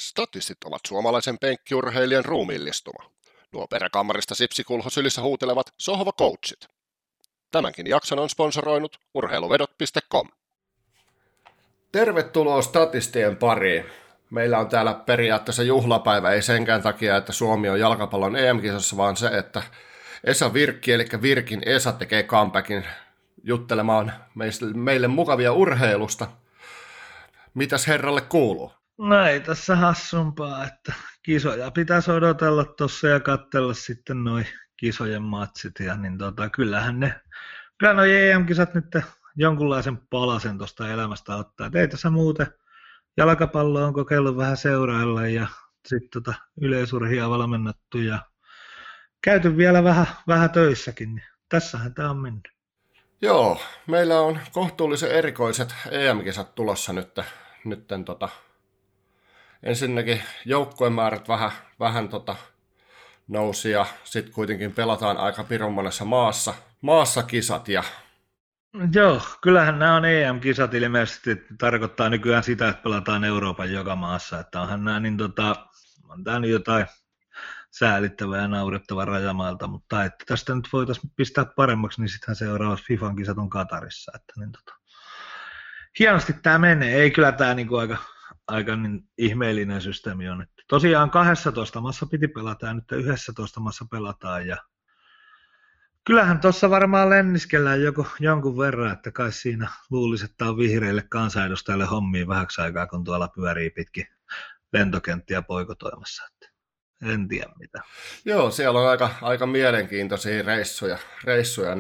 Statistit ovat suomalaisen penkkiurheilijan ruumiillistuma. Nuo peräkammarista sipsikulho sylissä huutelevat sohvacoachit. Tämänkin jakson on sponsoroinut urheiluvedot.com. Tervetuloa statistien pariin. Meillä on täällä periaatteessa juhlapäivä, ei senkään takia, että Suomi on jalkapallon EM-kisossa, vaan se, että Esa Virkki, eli Virkin Esa, tekee comebackin juttelemaan meille mukavia urheilusta. Mitäs herralle kuuluu? No ei tässä hassumpaa, että kisoja pitäisi odotella tuossa ja katsella sitten noi kisojen matsit. Ja niin kyllä noi EM-kisat nyt jonkunlaisen palasen tuosta elämästä ottaa. Et ei tässä muuten jalkapalloa on kokeillut vähän seurailla ja sitten yleisurhia valmennettu ja käyty vielä vähän töissäkin. Niin tässähän tämä on mennyt. Joo, meillä on kohtuullisen erikoiset EM-kisat tulossa nytten ensinnäkin joukkueen määrät vähän nousi ja sitten kuitenkin pelataan aika pirun monessa maassa kisat. Ja joo, kyllähän nämä on EM-kisat ilmeisesti, tarkoittaa nykyään sitä, että pelataan Euroopan joka maassa, että onhan nämä on tämä nyt jotain säälittävää ja naurettavaa rajamailta, mutta että tästä nyt voitaisiin pistää paremmaksi, niin sittenhän seuraavat FIFAn kisat on Katarissa, että hienosti tämä menee, ei kyllä tämä aika ihmeellinen systeemi on. Että tosiaan 12 maassa piti pelata ja nyt 11 maassa pelataan ja kyllähän tuossa varmaan lenniskellään jonkun verran, että kai siinä luulisi, että on vihreille kansanedustajille hommia vähäksi aikaa, kun tuolla pyörii pitkin lentokenttiä poikotoimassa. Että en tiedä mitä. Joo, siellä on aika mielenkiintoisia reissuja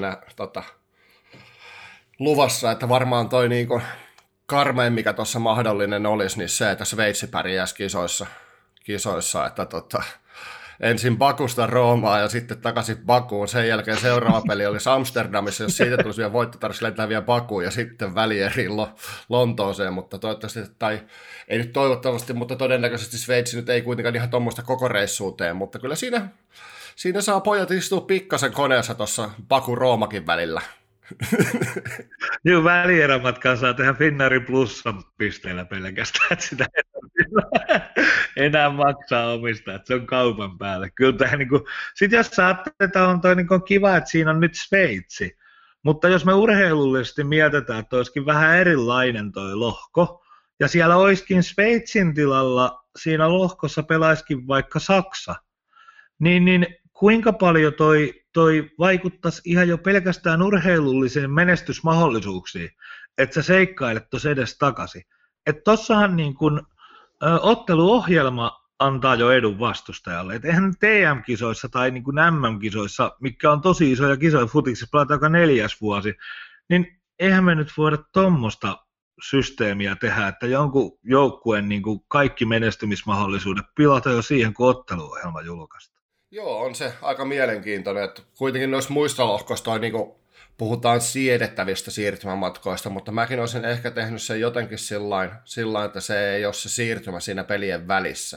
luvassa, että varmaan toi karmein, mikä tuossa mahdollinen olisi, niin se, että Sveitsi pärjäisi kisoissa, että ensin Bakusta Roomaan ja sitten takaisin Bakuun. Sen jälkeen seuraava peli olisi Amsterdamissa, jos siitä tulisi vielä voittotarjossa lentää vielä Bakuun ja sitten välieriin Lontooseen, mutta toivottavasti, tai ei nyt toivottavasti, mutta todennäköisesti Sveitsi nyt ei kuitenkaan ihan tuommoista koko reissua tee, mutta kyllä siinä saa pojat istua pikkasen koneessa tuossa Baku-Roomakin välillä. Joo, välierämatkaa saa tehdä Finnairin plussan pisteellä pelkästään, että sitä enää maksaa omista, että se on kaupan päällä. Kyllä tämä sitten jos saattaa, on toi kiva, että siinä on nyt Sveitsi, mutta jos me urheilullisesti mietitään, että olisikin vähän erilainen toi lohko, ja siellä olisikin Sveitsin tilalla siinä lohkossa pelaisikin vaikka Saksa, niin kuinka paljon toi vaikuttaisi ihan jo pelkästään urheilulliseen menestysmahdollisuuksiin, että sä seikkailet tuossa edes takaisin. Että tossahan otteluohjelma antaa jo edun vastustajalle. Et eihän TM-kisoissa tai MM-kisoissa, mitkä on tosi isoja kisoja futiksessa, pelataan joka 4. vuosi, niin eihän me nyt voida tuommoista systeemiä tehdä, että jonkun joukkueen kaikki menestymismahdollisuudet pilata jo siihen, kun otteluohjelma julkaistaan. Joo, on se aika mielenkiintoinen, että kuitenkin noissa muissa lohkoissa puhutaan siedettävistä siirtymämatkoista, mutta mäkin olisin ehkä tehnyt sen jotenkin sillain, että se ei ole se siirtymä siinä pelien välissä,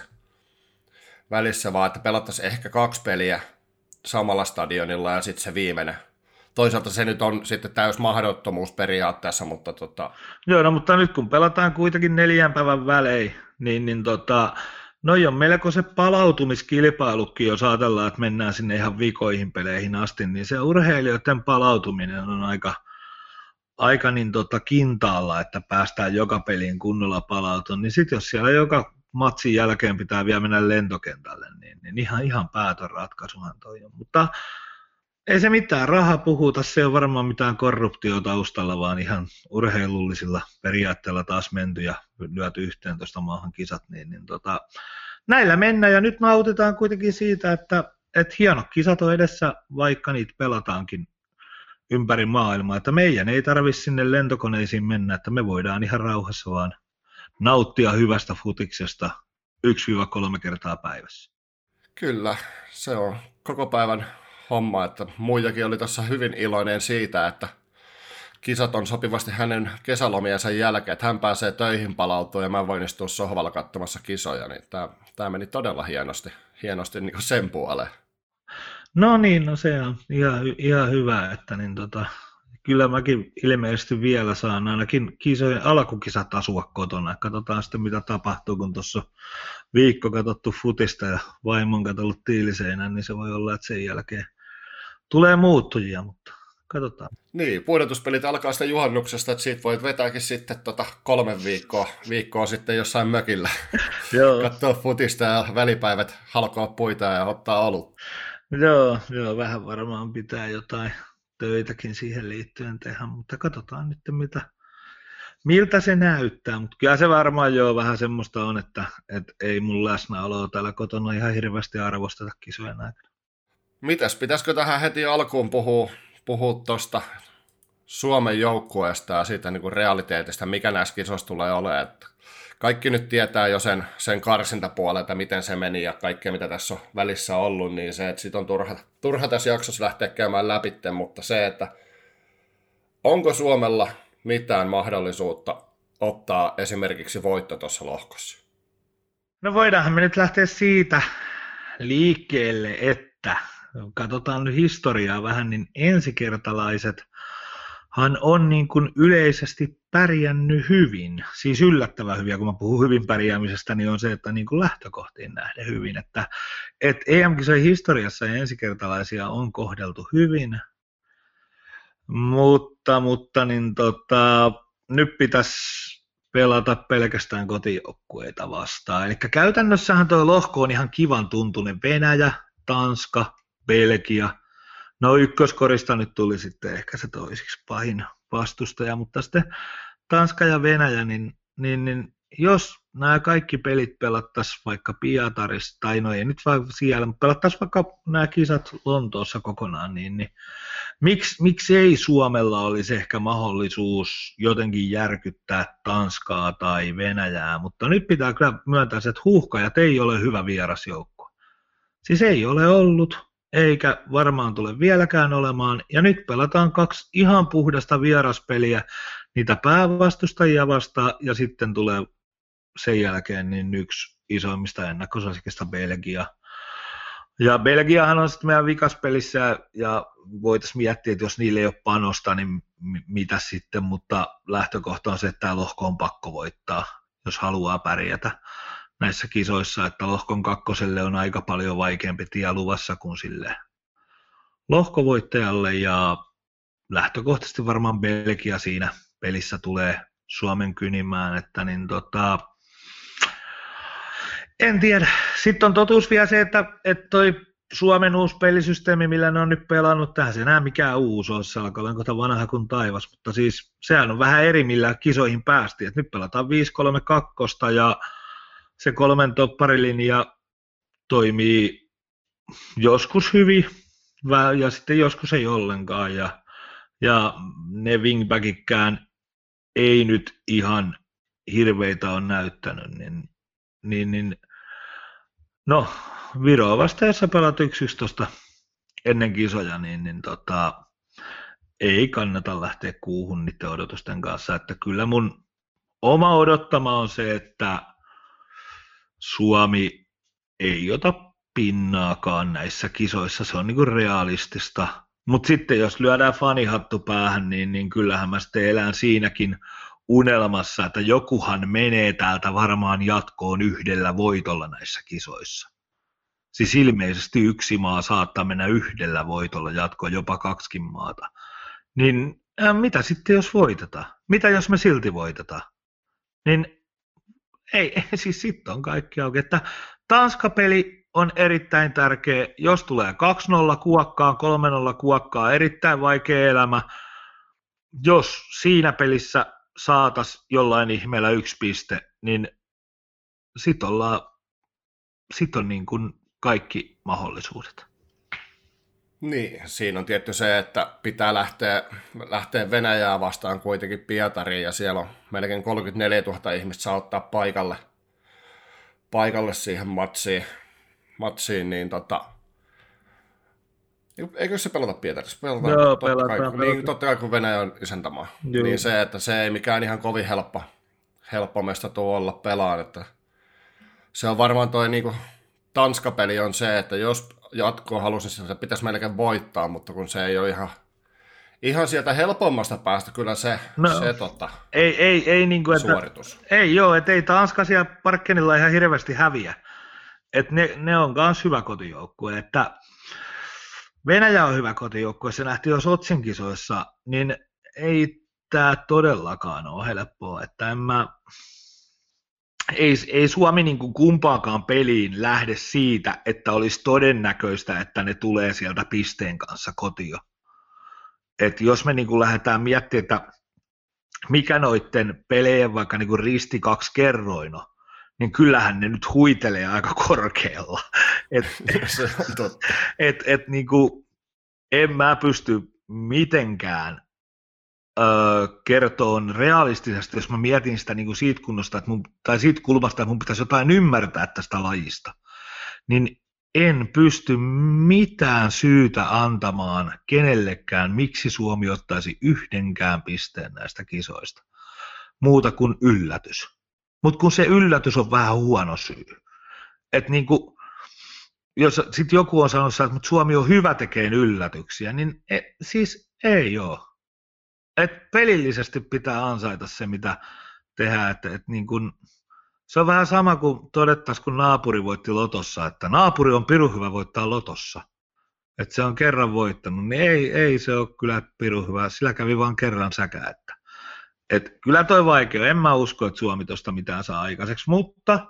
vaan että pelattaisiin ehkä 2 peliä samalla stadionilla ja sitten se viimeinen. Toisaalta se nyt on sitten täys mahdottomuus periaatteessa, mutta Joo, no mutta nyt kun pelataan kuitenkin 4 päivän välein, niin noi on melko se palautumiskilpailukin, jos ajatellaan, että mennään sinne ihan vikoihin peleihin asti, niin se urheilijoiden palautuminen on aika kintaalla, että päästään joka peliin kunnolla palautumaan, niin sitten jos siellä joka matsin jälkeen pitää vielä mennä lentokentälle, niin ihan päätön ratkaisuhan toi on, mutta ei se mitään, raha puhuta, se ei ole varmaan mitään korruptio taustalla, vaan ihan urheilullisilla periaatteella taas menty ja lyöty yhteen tuosta maahan kisat, näillä mennään ja nyt nautitaan kuitenkin siitä, että hienot kisat on edessä, vaikka niitä pelataankin ympäri maailmaa, että meidän ei tarvitse sinne lentokoneisiin mennä, että me voidaan ihan rauhassa vaan nauttia hyvästä futiksesta 1-3 kertaa päivässä. Kyllä, se on koko päivän homma, että muitakin oli tuossa hyvin iloinen siitä, että kisat on sopivasti hänen kesälomiensa jälkeen, että hän pääsee töihin palautumaan ja mä voin istua sohvalla katsomassa kisoja, niin tämä meni todella hienosti sen puoleen. No niin, no se on ihan hyvä, että kyllä mäkin ilmeisesti vielä saan ainakin kisojen alkukisat asua kotona. Katsotaan sitten mitä tapahtuu, kun tuossa viikko katsottu futista ja vaimon katsellut tiiliseinän, niin se voi olla, että sen jälkeen tulee muuttujia, mutta katsotaan. Niin, pudotuspelit alkaa sitä juhannuksesta, että siitä voit vetääkin sitten 3 viikkoa sitten jossain mökillä. Katsoa futista ja välipäivät halkoa puita ja ottaa olut. Joo, vähän varmaan pitää jotain töitäkin siihen liittyen tehdä, mutta katsotaan nyt miltä se näyttää. Mutta kyllä se varmaan vähän semmoista on, että ei mun läsnäoloa täällä kotona ihan hirveästi arvosteta kisojen aikana. Mitäs, pitäisikö tähän heti alkuun puhua tuosta Suomen joukkueesta ja siitä niin kuin realiteetista, mikä näissä kisoissa tulee olemaan. Että kaikki nyt tietää jo sen karsintapuolelta, miten se meni ja kaikkea, mitä tässä on välissä ollut, niin se, että sit on turha tässä jaksossa lähteä käymään läpi, mutta se, että onko Suomella mitään mahdollisuutta ottaa esimerkiksi voitto tuossa lohkossa? No voidaanhan me nyt lähteä siitä liikkeelle, että katsotaan nyt historiaa vähän, niin ensikertalaisethan on niin kuin yleisesti pärjännyt hyvin. Siis yllättävän hyviä, kun mä puhun hyvin pärjäämisestä, niin on se, että niin kuin lähtökohtiin nähden hyvin. Että EM-kisojen historiassa ensikertalaisia on kohdeltu hyvin, mutta niin nyt pitäisi pelata pelkästään kotijoukkueita vastaan. Eli käytännössähän tuo lohko on ihan kivan tuntunen. Venäjä, Tanska, Belgia. No ykköskorista nyt tuli sitten ehkä se toisiksi pahin vastustaja, mutta sitten Tanska ja Venäjä, niin jos nämä kaikki pelit pelattaisiin vaikka Pietarissa, tai no ei nyt vaan siellä, mutta pelattaisiin vaikka nämä kisat Lontoossa kokonaan, niin miksi ei Suomella olisi ehkä mahdollisuus jotenkin järkyttää Tanskaa tai Venäjää, mutta nyt pitää kyllä myöntää se, että Huuhkajat ei ole hyvä vierasjoukko. Siis ei ole ollut, eikä varmaan tule vieläkään olemaan, ja nyt pelataan 2 ihan puhdasta vieraspeliä niitä päävastustajia vastaan, ja sitten tulee sen jälkeen niin yksi isoimmista ennakkosuosikista Belgia. Ja Belgiahan on sitten meidän vikaspelissä, ja voitaisiin miettiä, että jos niille ei ole panosta, niin mitä sitten, mutta lähtökohta on se, että tämä lohko on pakko voittaa, jos haluaa pärjätä näissä kisoissa, että lohkon kakkoselle on aika paljon vaikeampi tie luvassa kuin sille lohkovoittajalle, ja lähtökohtaisesti varmaan Belgia siinä pelissä tulee Suomen kynimään, että niin en tiedä. Sitten on totuus vielä se, että toi Suomen uusi pelisysteemi, millä ne on nyt pelannut, tähän se enää mikään uusi on, se alkaa olla vanha kuin taivas, mutta siis sehän on vähän eri, millä kisoihin päästiin, että nyt pelataan 5-3-2 ja se 3 topparilinja toimii joskus hyvin ja sitten joskus ei ollenkaan ja ne wingbackikään ei nyt ihan hirveitä on näyttänyt, niin no Viroa vastaan, jos sä pelaat 1-11 ennen kisoja, niin ei kannata lähteä kuuhun niiden odotusten kanssa, että kyllä mun oma odottama on se, että Suomi ei ota pinnaakaan näissä kisoissa, se on niinku realistista, mutta sitten jos lyödään fanihattu päähän, niin kyllähän mä sitten elän siinäkin unelmassa, että jokuhan menee täältä varmaan jatkoon 1 voitolla näissä kisoissa. Siis ilmeisesti 1 maa saattaa mennä 1 voitolla jatkoon, jopa 2 maata. Niin mitä sitten jos voitetaan? Mitä jos me silti voitetaan? Niin ei siis sitten on kaikki auki. Että Tanska-peli on erittäin tärkeä. Jos tulee 2-0 kuokkaan, 3-0 kuokkaan, erittäin vaikea elämä. Jos siinä pelissä saatas jollain ihmeellä 1 piste, niin sit on niin kuin kaikki mahdollisuudet. Niin, siinä on tietty se, että pitää lähteä Venäjää vastaan kuitenkin Pietariin, ja siellä on melkein 34 000 ihmistä saa ottaa paikalle siihen matsiin niin eikö se pelata Pietarissa? Joo, pelataan. Niin, totta kai kun Venäjä on isäntämaa. Niin se, että se ei mikään ihan kovin helppo mesta olla pelaan, että se on varmaan toi niinku Tanska-peli on se, että jos jatkoa halusin, se pitäisi melkein voittaa, mutta kun se ei ole ihan sieltä helpommasta päästä kyllä se ei niin kuin, suoritus. Ei joo, että ei Tanska siellä Parkkenilla ihan hirveästi häviä. Että ne on myös hyvä kotijoukkue, että Venäjä on hyvä kotijoukkue, se nähtiin jo Sotsin kisoissa, niin ei tämä todellakaan ole helppoa, että ei Suomi niin kuin kumpaakaan peliin lähde siitä, että olisi todennäköistä, että ne tulee sieltä pisteen kanssa kotiin. Et jos me niin kuin lähdetään miettimään, että mikä noiden pelejen vaikka niin kuin risti 2 kerroino, niin kyllähän ne nyt huitelee aika korkealla. Niin kuin, en mä pysty mitenkään kertoon realistisesti, jos mä mietin sitä niin kuin siitä kunnosta, tai siitä kulmasta, että mun pitäisi jotain ymmärtää tästä lajista, niin en pysty mitään syytä antamaan kenellekään, miksi Suomi ottaisi yhdenkään pisteen näistä kisoista, muuta kuin yllätys. Mutta kun se yllätys on vähän huono syy. Että niin kuin, jos sitten joku on sanonut, että Suomi on hyvä tekemään yllätyksiä, niin siis ei ole. Et pelillisesti pitää ansaita se, mitä tehdään. Et niin kun, se on vähän sama kuin todettaisiin, kun naapuri voitti lotossa, että naapuri on pirun hyvä voittaa lotossa. Että se on kerran voittanut, niin ei se ole kyllä pirun hyvä. Sillä kävi vaan kerran säkä. Et kyllä toi vaikea. En mä usko, että Suomi tuosta mitään saa aikaiseksi, mutta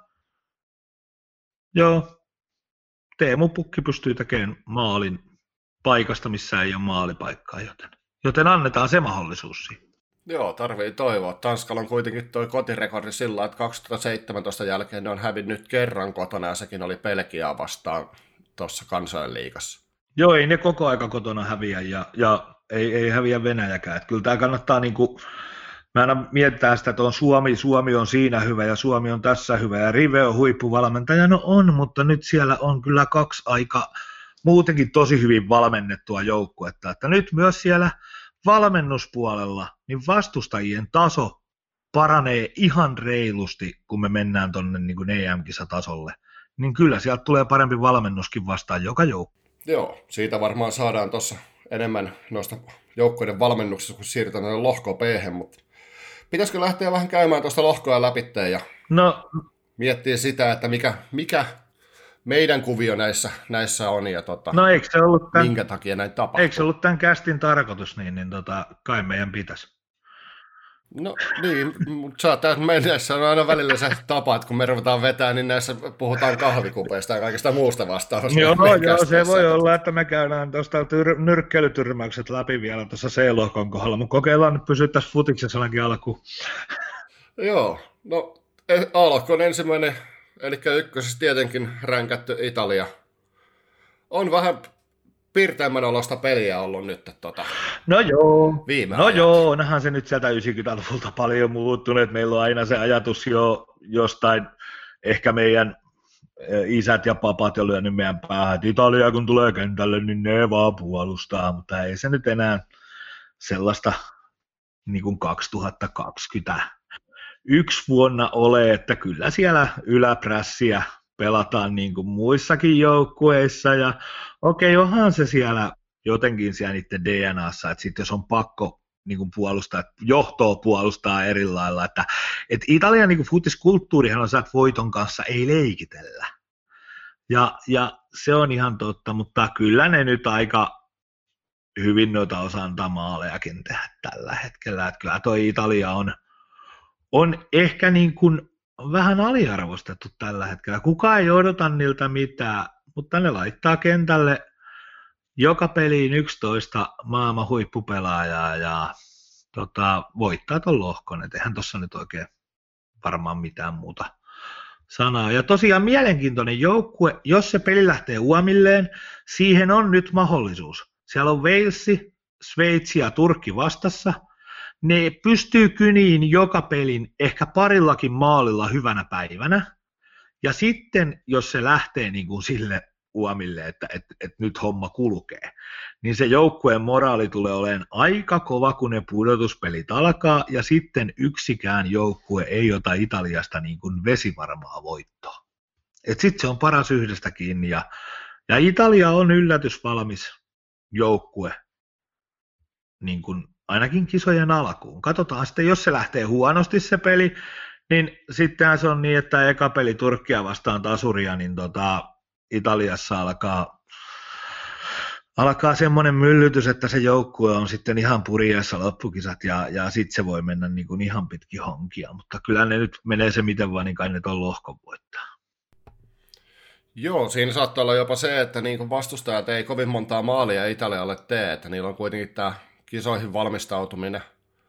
joo, Teemu Pukki pystyy tekemään maalin paikasta, missä ei ole maalipaikkaa, joten annetaan se mahdollisuus siihen. Joo, tarvii toivoa. Tanskalla on kuitenkin tuo kotirekordi sillä, että 2017 jälkeen ne on hävinnyt kerran kotona, ja sekin oli Belgiaa vastaan tuossa kansainliigassa. Joo, ei ne koko aika kotona häviä, ja ei häviä Venäjäkään. Että kyllä tämä kannattaa, mä aina mietitään sitä, että on Suomi on siinä hyvä, ja Suomi on tässä hyvä, ja Rive on huippuvalmentaja. No on, mutta nyt siellä on kyllä 2 aika muutenkin tosi hyvin valmennettua joukkuetta, että nyt myös siellä valmennuspuolella niin vastustajien taso paranee ihan reilusti, kun me mennään tuonne niin EM-kisatasolle, niin kyllä sieltä tulee parempi valmennuskin vastaan joka joukko. Joo, siitä varmaan saadaan tuossa enemmän noista joukkoiden valmennuksista, kun siirrytään lohko B:hen, mutta pitäisikö lähteä vähän käymään tuosta lohkoa läpitteen ja miettiä sitä, että mikä meidän kuvio näissä on ja no, eikö se ollut minkä takia näin tapahtuu. Eikö se ollut tämän kästin tarkoitus, niin kai meidän pitäisi. No niin, mutta näissä on aina välillä se tapa, että kun me ruvetaan vetämään, niin näissä puhutaan kahvikupeista ja kaikista muusta vastaavasta. Joo, se voi olla, että me käydään tuosta nyrkkeilytyrmäykset läpi vielä tuossa C-lohkon kohdalla, mutta kokeillaan nyt pysyä tässä futiksessa ainakin alkuun. Joo, no A-lohkon ensimmäinen, eli ykkösessä tietenkin ränkätty Italia. On vähän piirteämmän olosta peliä ollut nyt No joo, viime onhan se nyt sieltä 90-luvulta paljon muuttunut, että meillä on aina se ajatus jo jostain, ehkä meidän isät ja papat on lyönyt meidän päähän, että Italia kun tulee kentälle, niin ne vaan puolustaa, mutta ei se nyt enää sellaista niin kuin 2021 vuonna ole, että kyllä siellä yläprässiä pelataan niin kuin muissakin joukkueissa, ja okei, onhan se siellä jotenkin siellä niiden DNAssa, että sitten jos on pakko niin kuin puolustaa, että johtoa puolustaa eri lailla, että Italian niin kuin futiskulttuurihan on se, että voiton kanssa ei leikitellä, ja se on ihan totta, mutta kyllä ne nyt aika hyvin noita osaa antaa maalejakin tehdä tällä hetkellä, että kyllä toi Italia on ehkä niin kuin vähän aliarvostettu tällä hetkellä. Kukaan ei odota niiltä mitään, mutta ne laittaa kentälle joka peliin 11 maailman huippupelaajaa ja voittaa ton lohkon. Et eihän tuossa nyt oikein varmaan mitään muuta sanaa. Ja tosiaan mielenkiintoinen joukkue, jos se peli lähtee uomilleen, siihen on nyt mahdollisuus. Siellä on Walesi, Sveitsi ja Turkki vastassa. Ne pystyy kyniin joka pelin ehkä parillakin maalilla hyvänä päivänä. Ja sitten, jos se lähtee niin kuin sille uomille, että nyt homma kulkee, niin se joukkueen moraali tulee olemaan aika kova, kun ne pudotuspelit alkaa, ja sitten yksikään joukkue ei ota Italiasta niin kuin vesivarmaa voittoa. Sitten se on paras yhdestä kiinni, ja Italia on yllätysvalmis joukkue. niin kuin ainakin kisojen alkuun. Katsotaan sitten, jos se lähtee huonosti se peli, niin sittenhän se on niin, että eka peli Turkkia vastaan tasuria, niin Italiassa alkaa semmoinen myllytys, että se joukkue on sitten ihan purjeessa loppukisat ja sitten se voi mennä niin kuin ihan pitkin honkia, mutta kyllä ne nyt menee se miten vaan, niin kai ne ton lohkon voittaa. Joo, siinä saattaa olla jopa se, että niin vastustajat ei kovin montaa maalia Italialle tee, että niillä on kuitenkin tämä kisoihin valmistautuminen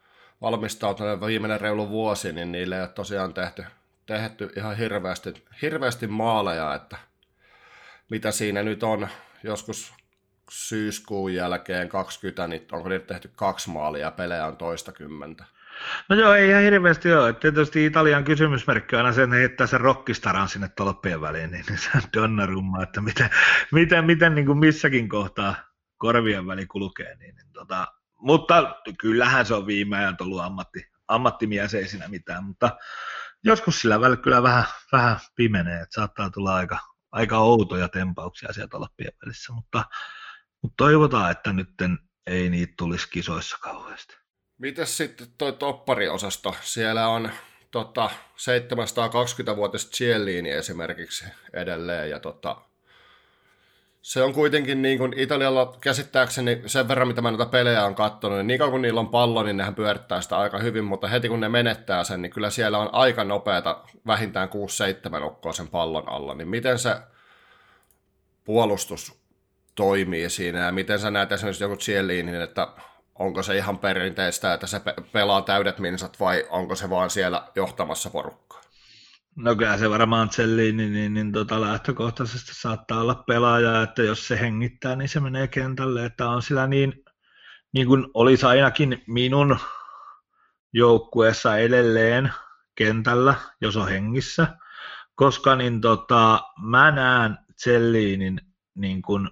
viimeinen reilu vuosi, niin niille ei ole tosiaan tehty ihan hirveästi maaleja, että mitä siinä nyt on, joskus syyskuun jälkeen 20, niin onko niitä tehty 2 maalia ja pelejä on toistakymmentä. No joo, ei ihan hirveästi ole. Tietysti Italian kysymysmerkki on aina se, että ne heittää sen rockistaran sinne tolppien väliin, niin se on Donnarumma, että miten niin kuin missäkin kohtaa korvien väli kulkee. Mutta kyllähän se on viime ajan ollut ammattimies, ei siinä mitään, mutta joskus sillä välillä kyllä vähän pimenee, että saattaa tulla aika outoja tempauksia sieltä tolppien välissä, mutta toivotaan, että nyt ei niitä tulisi kisoissa kauheasti. Mites sitten toi toppariosasto? Siellä on 720-vuotias Chiellini esimerkiksi edelleen, ja se on kuitenkin niin kuin Italialla käsittääkseni sen verran, mitä mä noita pelejä on katsonut, niin kauan kun niillä on pallo, niin nehän pyörittää sitä aika hyvin, mutta heti kun ne menettää sen, niin kyllä siellä on aika nopeata, vähintään 6-7 ukkoa sen pallon alla, niin miten se puolustus toimii siinä, ja miten sä näet esimerkiksi joku Chiellinin, että onko se ihan perinteistä, että se pelaa täydet minsat, vai onko se vaan siellä johtamassa porukkaa? No kyllä se varmaan Cellini niin lähtökohtaisesti saattaa olla pelaaja, että jos se hengittää, niin se menee kentälle, että on sillä niin kuin olisi ainakin minun joukkueessa edelleen kentällä, jos on hengissä, koska mä näen Cellinin niin kuin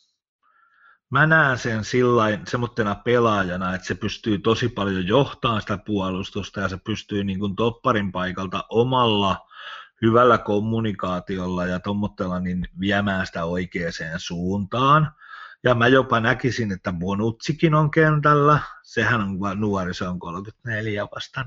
mä näen sen semmoittena pelaajana, että se pystyy tosi paljon johtamaan sitä puolustusta ja se pystyy niin kuin topparin paikalta omalla hyvällä kommunikaatiolla ja tommotteella niin viemään sitä oikeaan suuntaan. Ja mä jopa näkisin, että Bonuccikin on kentällä, sehän on nuori, se on 34 vasta,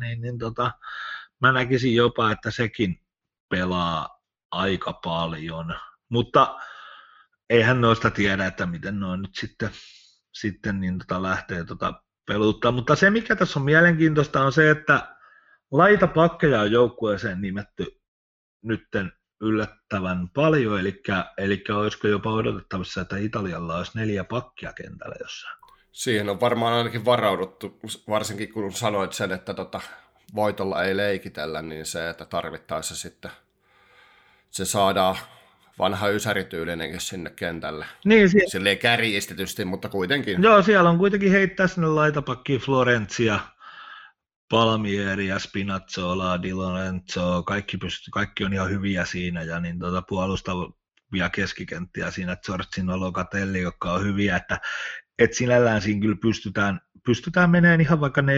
mä näkisin jopa, että sekin pelaa aika paljon, mutta eihän noista tiedä, että miten noin nyt sitten lähtee peluttaa. Mutta se, mikä tässä on mielenkiintoista, on se, että laitapakkeja on joukkueeseen nimetty nytten yllättävän paljon, eli olisiko jopa odotettavissa, että Italialla olisi 4 pakkia kentällä jossain. Siihen on varmaan ainakin varauduttu, varsinkin kun sanoit sen, että voitolla ei leikitellä, niin se, että tarvittaessa sitten se saadaan vanha ysärityylinenkin sinne kentälle. Niin, silleen kärjistetysti, mutta kuitenkin. Joo, siellä on kuitenkin heittää sinne laitapakkiin Florencia, Palmieri, Spinazzola, Di Lorenzo, kaikki on ihan hyviä siinä, ja niin puolustavia keskikenttiä siinä, Zorcino, Locatelli, jotka on hyviä, että sinällään siinä kyllä pystytään menemään ihan vaikka 4-4-2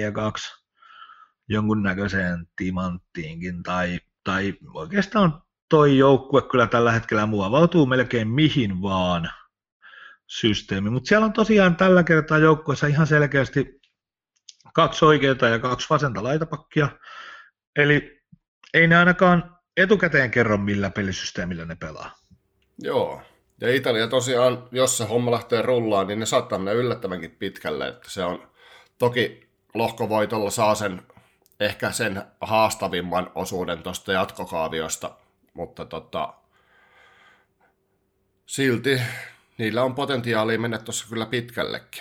jonkunnäköiseen timanttiinkin, tai oikeastaan toi joukkue kyllä tällä hetkellä muovautuu melkein mihin vaan systeemi, mutta siellä on tosiaan tällä kertaa joukkueessa ihan selkeästi 2 oikeita ja 2 vasenta laitapakkia, eli ei ne ainakaan etukäteen kerro millä pelisysteemillä ne pelaa. Joo, ja Italia tosiaan, jos se homma lähtee rullaan, niin ne saattaa mennä yllättävänkin pitkälle, että se on toki lohkovoitolla saa ehkä sen haastavimman osuuden tuosta jatkokaaviosta, mutta silti niillä on potentiaalia mennä tuossa kyllä pitkällekin.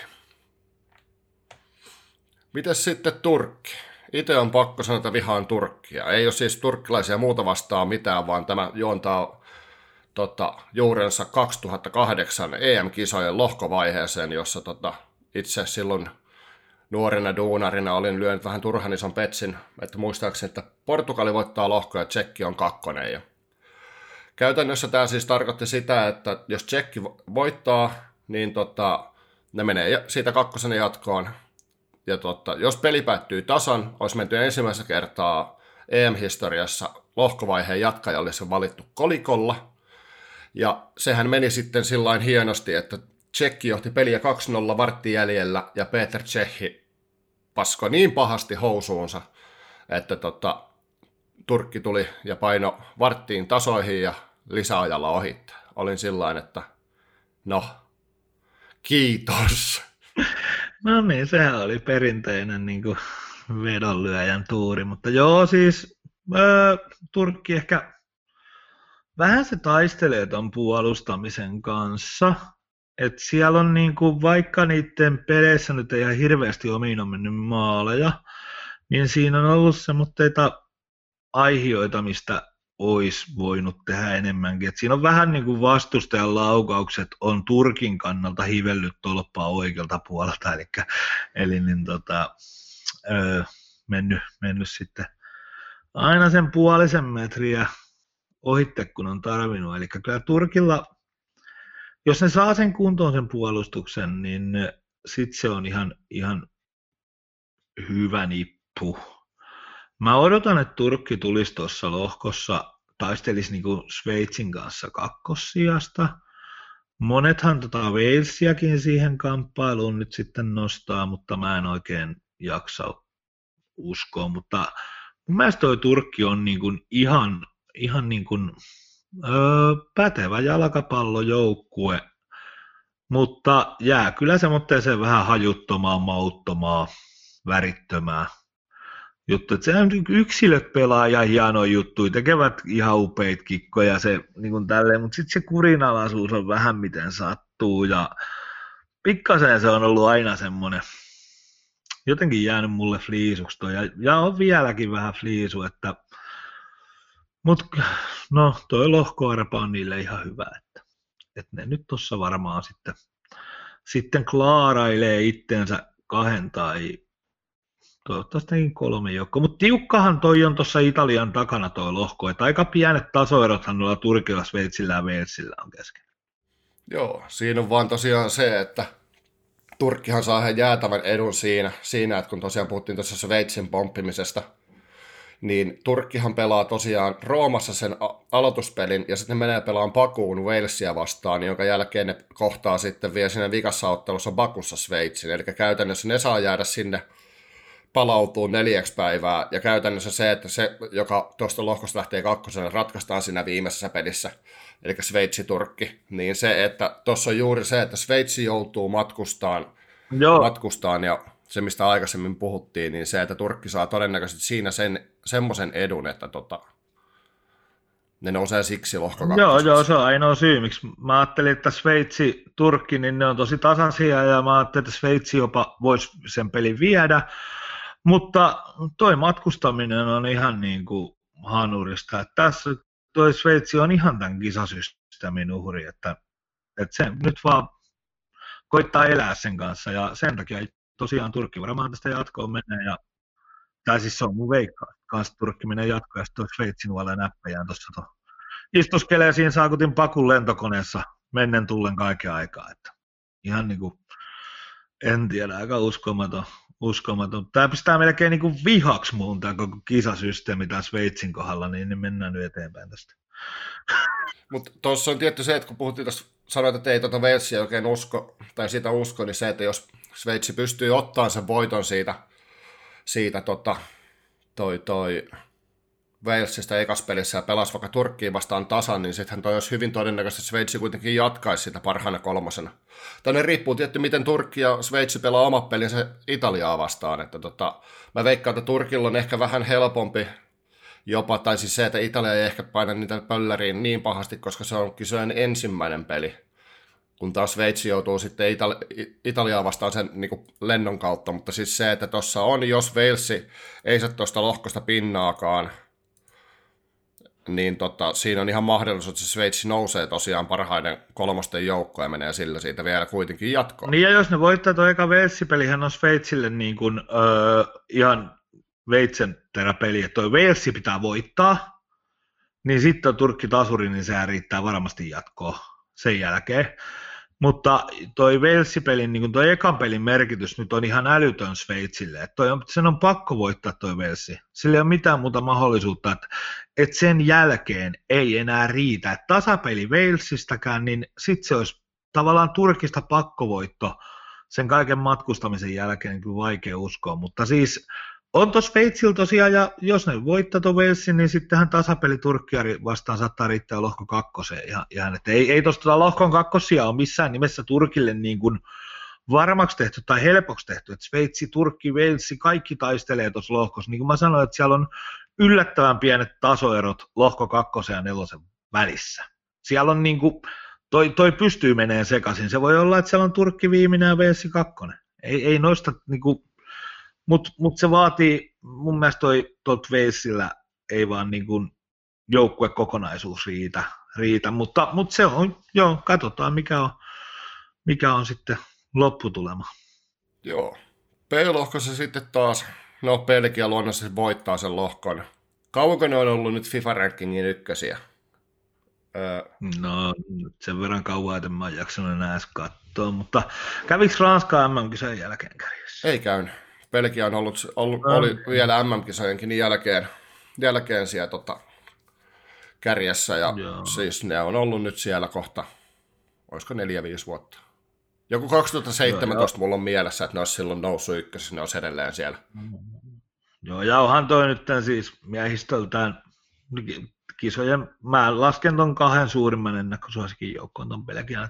Mites sitten Turkki? Itse on pakko sanoa, että vihaan Turkkia. Ei ole siis turkkilaisia muuta vastaan mitään, vaan tämä juontaa juurensa 2008 EM-kisojen lohkovaiheeseen, jossa itse silloin nuorena duunarina olin lyönyt vähän turhan ison petsin, että muistaakseni, että Portugali voittaa lohkoa ja Tsekki on 2. Ja käytännössä tämä siis tarkoitti sitä, että jos Tsekki voittaa, niin ne menee siitä 2. jatkoon. Ja jos peli päättyy tasan, olisi menty ensimmäistä kertaa EM-historiassa lohkovaiheen jatkajalle se valittu kolikolla. Ja sehän meni sitten sillain hienosti, että Tsekki johti peliä 2-0 vartti jäljellä ja Peter Tšehi paskoi niin pahasti housuunsa, että Turkki tuli ja paino varttiin tasoihin ja lisäajalla ohitti. Olin sillain, että no, kiitos. No niin, sehän oli perinteinen niin kuin vedonlyöjän tuuri, mutta joo siis Turkki ehkä vähän se taistelee ton puolustamisen kanssa, että siellä on niin kuin, vaikka niiden peleissä nyt ei ihan hirveästi omiin on mennyt maaleja, niin siinä on ollut semmoitteita aihioita, mistä olisi voinut tehdä enemmänkin. Et siinä on vähän niin kuin vastustajan laukaukset on Turkin kannalta hivellyt tolppaa oikealta puolelta, eli mennyt sitten aina sen puolisen metriä ohitte, kun on tarvinnut. Eli kyllä Turkilla, jos ne saa sen kuntoon sen puolustuksen, niin sitten se on ihan hyvä nippu. Mä odotan, että Turkki tulisi tuossa lohkossa, taistelisi niinku Sveitsin kanssa kakkossijasta. Monethan Walesiakin siihen kamppailuun nyt sitten nostaa, mutta mä en oikein jaksa uskoa. Mutta mun mielestä toi Turkki on niinku ihan niinku, pätevä jalkapallojoukkue, mutta jää kyllä semmoitteeseen vähän hajuttomaan, mauttomaan, värittömään juttu. Että sehän yksilöt pelaa ihan hienoja juttuja, tekevät ihan upeita kikkoja se, niin tälleen, mutta sitten se kurinalaisuus on vähän miten sattuu ja pikkasen se on ollut aina semmoinen jotenkin jäänyt mulle fliisuksi toi, ja on vieläkin vähän fliisu, mutta no toi lohkoarpa on niille ihan hyvä, että ne nyt tuossa varmaan sitten klaarailee itsensä 2 tai toivottavasti 3 joukkoa, mutta tiukkahan toi on tuossa Italian takana toi lohko, että aika pienet tasoerothan noilla Turkilla, Sveitsillä ja Walesillä on kesken. Joo, siinä on vaan tosiaan se, että Turkkihan saa ihan jäätävän edun siinä, että kun tosiaan puhuttiin tuossa Sveitsin pomppimisesta, niin Turkkihan pelaa tosiaan Roomassa sen aloituspelin, ja sitten ne menee pelaan Bakuun Walesia vastaan, jonka jälkeen ne kohtaa sitten vielä siinä vikassa ottelussa Bakussa Sveitsin, eli käytännössä ne saa jäädä sinne palautuu 4 päivää, ja käytännössä se, että se, joka tuosta lohkosta lähtee 2, ratkaistaan siinä viimeisessä pelissä, eli Sveitsi-Turkki, niin se, että tuossa on juuri se, että Sveitsi joutuu matkustaan, ja se, mistä aikaisemmin puhuttiin, niin se, että Turkki saa todennäköisesti siinä semmoisen edun, että ne nousee siksi lohkokakkoseksi. Joo, se on ainoa syy, miksi mä ajattelin, että Sveitsi, Turkki, niin ne on tosi tasaisia, ja mä ajattelin, että Sveitsi jopa voisi sen pelin viedä, mutta toi matkustaminen on ihan niin kuin hanurista, että tässä toi Sveitsi on ihan tämän kisasysteemin uhri, että se nyt vaan koittaa elää sen kanssa, ja sen takia tosiaan Turkki varmaan tästä jatkoon menee, tai siis se on mun veikka, kanssa Turkki menee jatkoon, ja sitten Sveitsin nuolle näppejään tuossa istuskelee siinä Saakutin Bakun lentokoneessa mennen tullen kaiken aikaa, että ihan niin kuin, en tiedä, aika uskomaton. Tämä pistää melkein niin kuin vihaksi muun tämä koko kisasysteemi tämän Sveitsin kohdalla, niin mennään nyt eteenpäin tästä. Mutta tuossa on tietty se, että kun puhuttiin tuossa, sanoit, että ei Walesia oikein usko, tai sitä usko, niin se, että jos Sveitsi pystyy ottamaan sen voiton siitä Walesista ekas pelissä ja pelasi vaikka Turkkiin vastaan tasan, niin sittenhän toi olisi hyvin todennäköisesti, että Sveitsi kuitenkin jatkaisi sitä parhaana 3. Tänne riippuu tietty, miten Turkki ja Sveitsi pelaa omat pelinsä Italiaa vastaan, että mä veikkaan, että Turkilla on ehkä vähän helpompi jopa, tai siis se, että Italia ei ehkä paina niitä pölläriin niin pahasti, koska se on kisojen ensimmäinen peli, kun taas Sveitsi joutuu sitten Italiaa vastaan sen niin kuin lennon kautta, mutta siis se, että tuossa on, jos Walesi ei saa tuosta lohkosta pinnaakaan, niin siinä on ihan mahdollisuus, että se Sveitsi nousee tosiaan parhaiden 3 joukkoon ja menee sillä siitä vielä kuitenkin jatkoon. Niin ja jos ne voittaa tuo eka Walesi-pelihän on Sveitsille niin kuin, ihan veitsen teräpeli, että tuo Walesi pitää voittaa, niin sitten on Turkki tasuri, niin sehän riittää varmasti jatkoon sen jälkeen. Mutta toi Walesi-pelin, niin toi ekan pelin merkitys nyt on ihan älytön Sveitsille. Että sen on pakko voittaa toi Walesi. Sillä ei ole mitään muuta mahdollisuutta, että sen jälkeen ei enää riitä. Että tasapeli Walesistäkään, niin sitten se olisi tavallaan Turkista pakkovoitto sen kaiken matkustamisen jälkeen kyllä vaikea uskoa, mutta siis on tuossa Sveitsillä tosiaan, ja jos ne voittaa tuon Walesin, niin sittenhän tasapeli Turkkia vastaan saattaa riittää lohko kakkoseen ihan että ei tuosta lohkon kakkosia ole missään nimessä Turkille niin kuin varmaksi tehty tai helpoksi tehty, että Sveitsi, Turkki, Walesi, kaikki taistelee tuossa lohkossa, niin kuin mä sanoin, että siellä on yllättävän pienet tasoerot lohko kakkosen ja nelosen välissä. Siellä on niin kuin, toi pystyy meneen sekaisin, se voi olla, että siellä on Turkki viimeinen ja Walesi kakkonen, ei noista niin kuin, mutta se vaatii, mun mielestä tuolta Walesillä ei vaan niin kuin joukkuekokonaisuus riitä, mutta se on, joo, katsotaan mikä on sitten lopputulema. Joo. B-lohkossa sitten taas, no Belgia luonnollisesti voittaa sen lohkon. Kauanko ne on ollut nyt FIFA-rankingin ykkösiä? No, sen verran kauan, että mä oon jaksanut enää edes katsoa, mutta kävikö Ranska MM-kisojen jälkeen kärjessä? Ei käynyt. Belgia on oli vielä MM-kisojenkin jälkeen siellä kärjessä, ja joo. Siis ne on ollut nyt siellä kohta, olisiko 4-5 vuotta. Joku 2017 mulla on mielessä, että ne olisi silloin noussut ykkösessä, ne olisi edelleen siellä. Joo, ja onhan toi nyt siis miehistöltään kisojen, mä lasken ton 2 suurimman ennakkosuosikin joukkoon ton Belgian,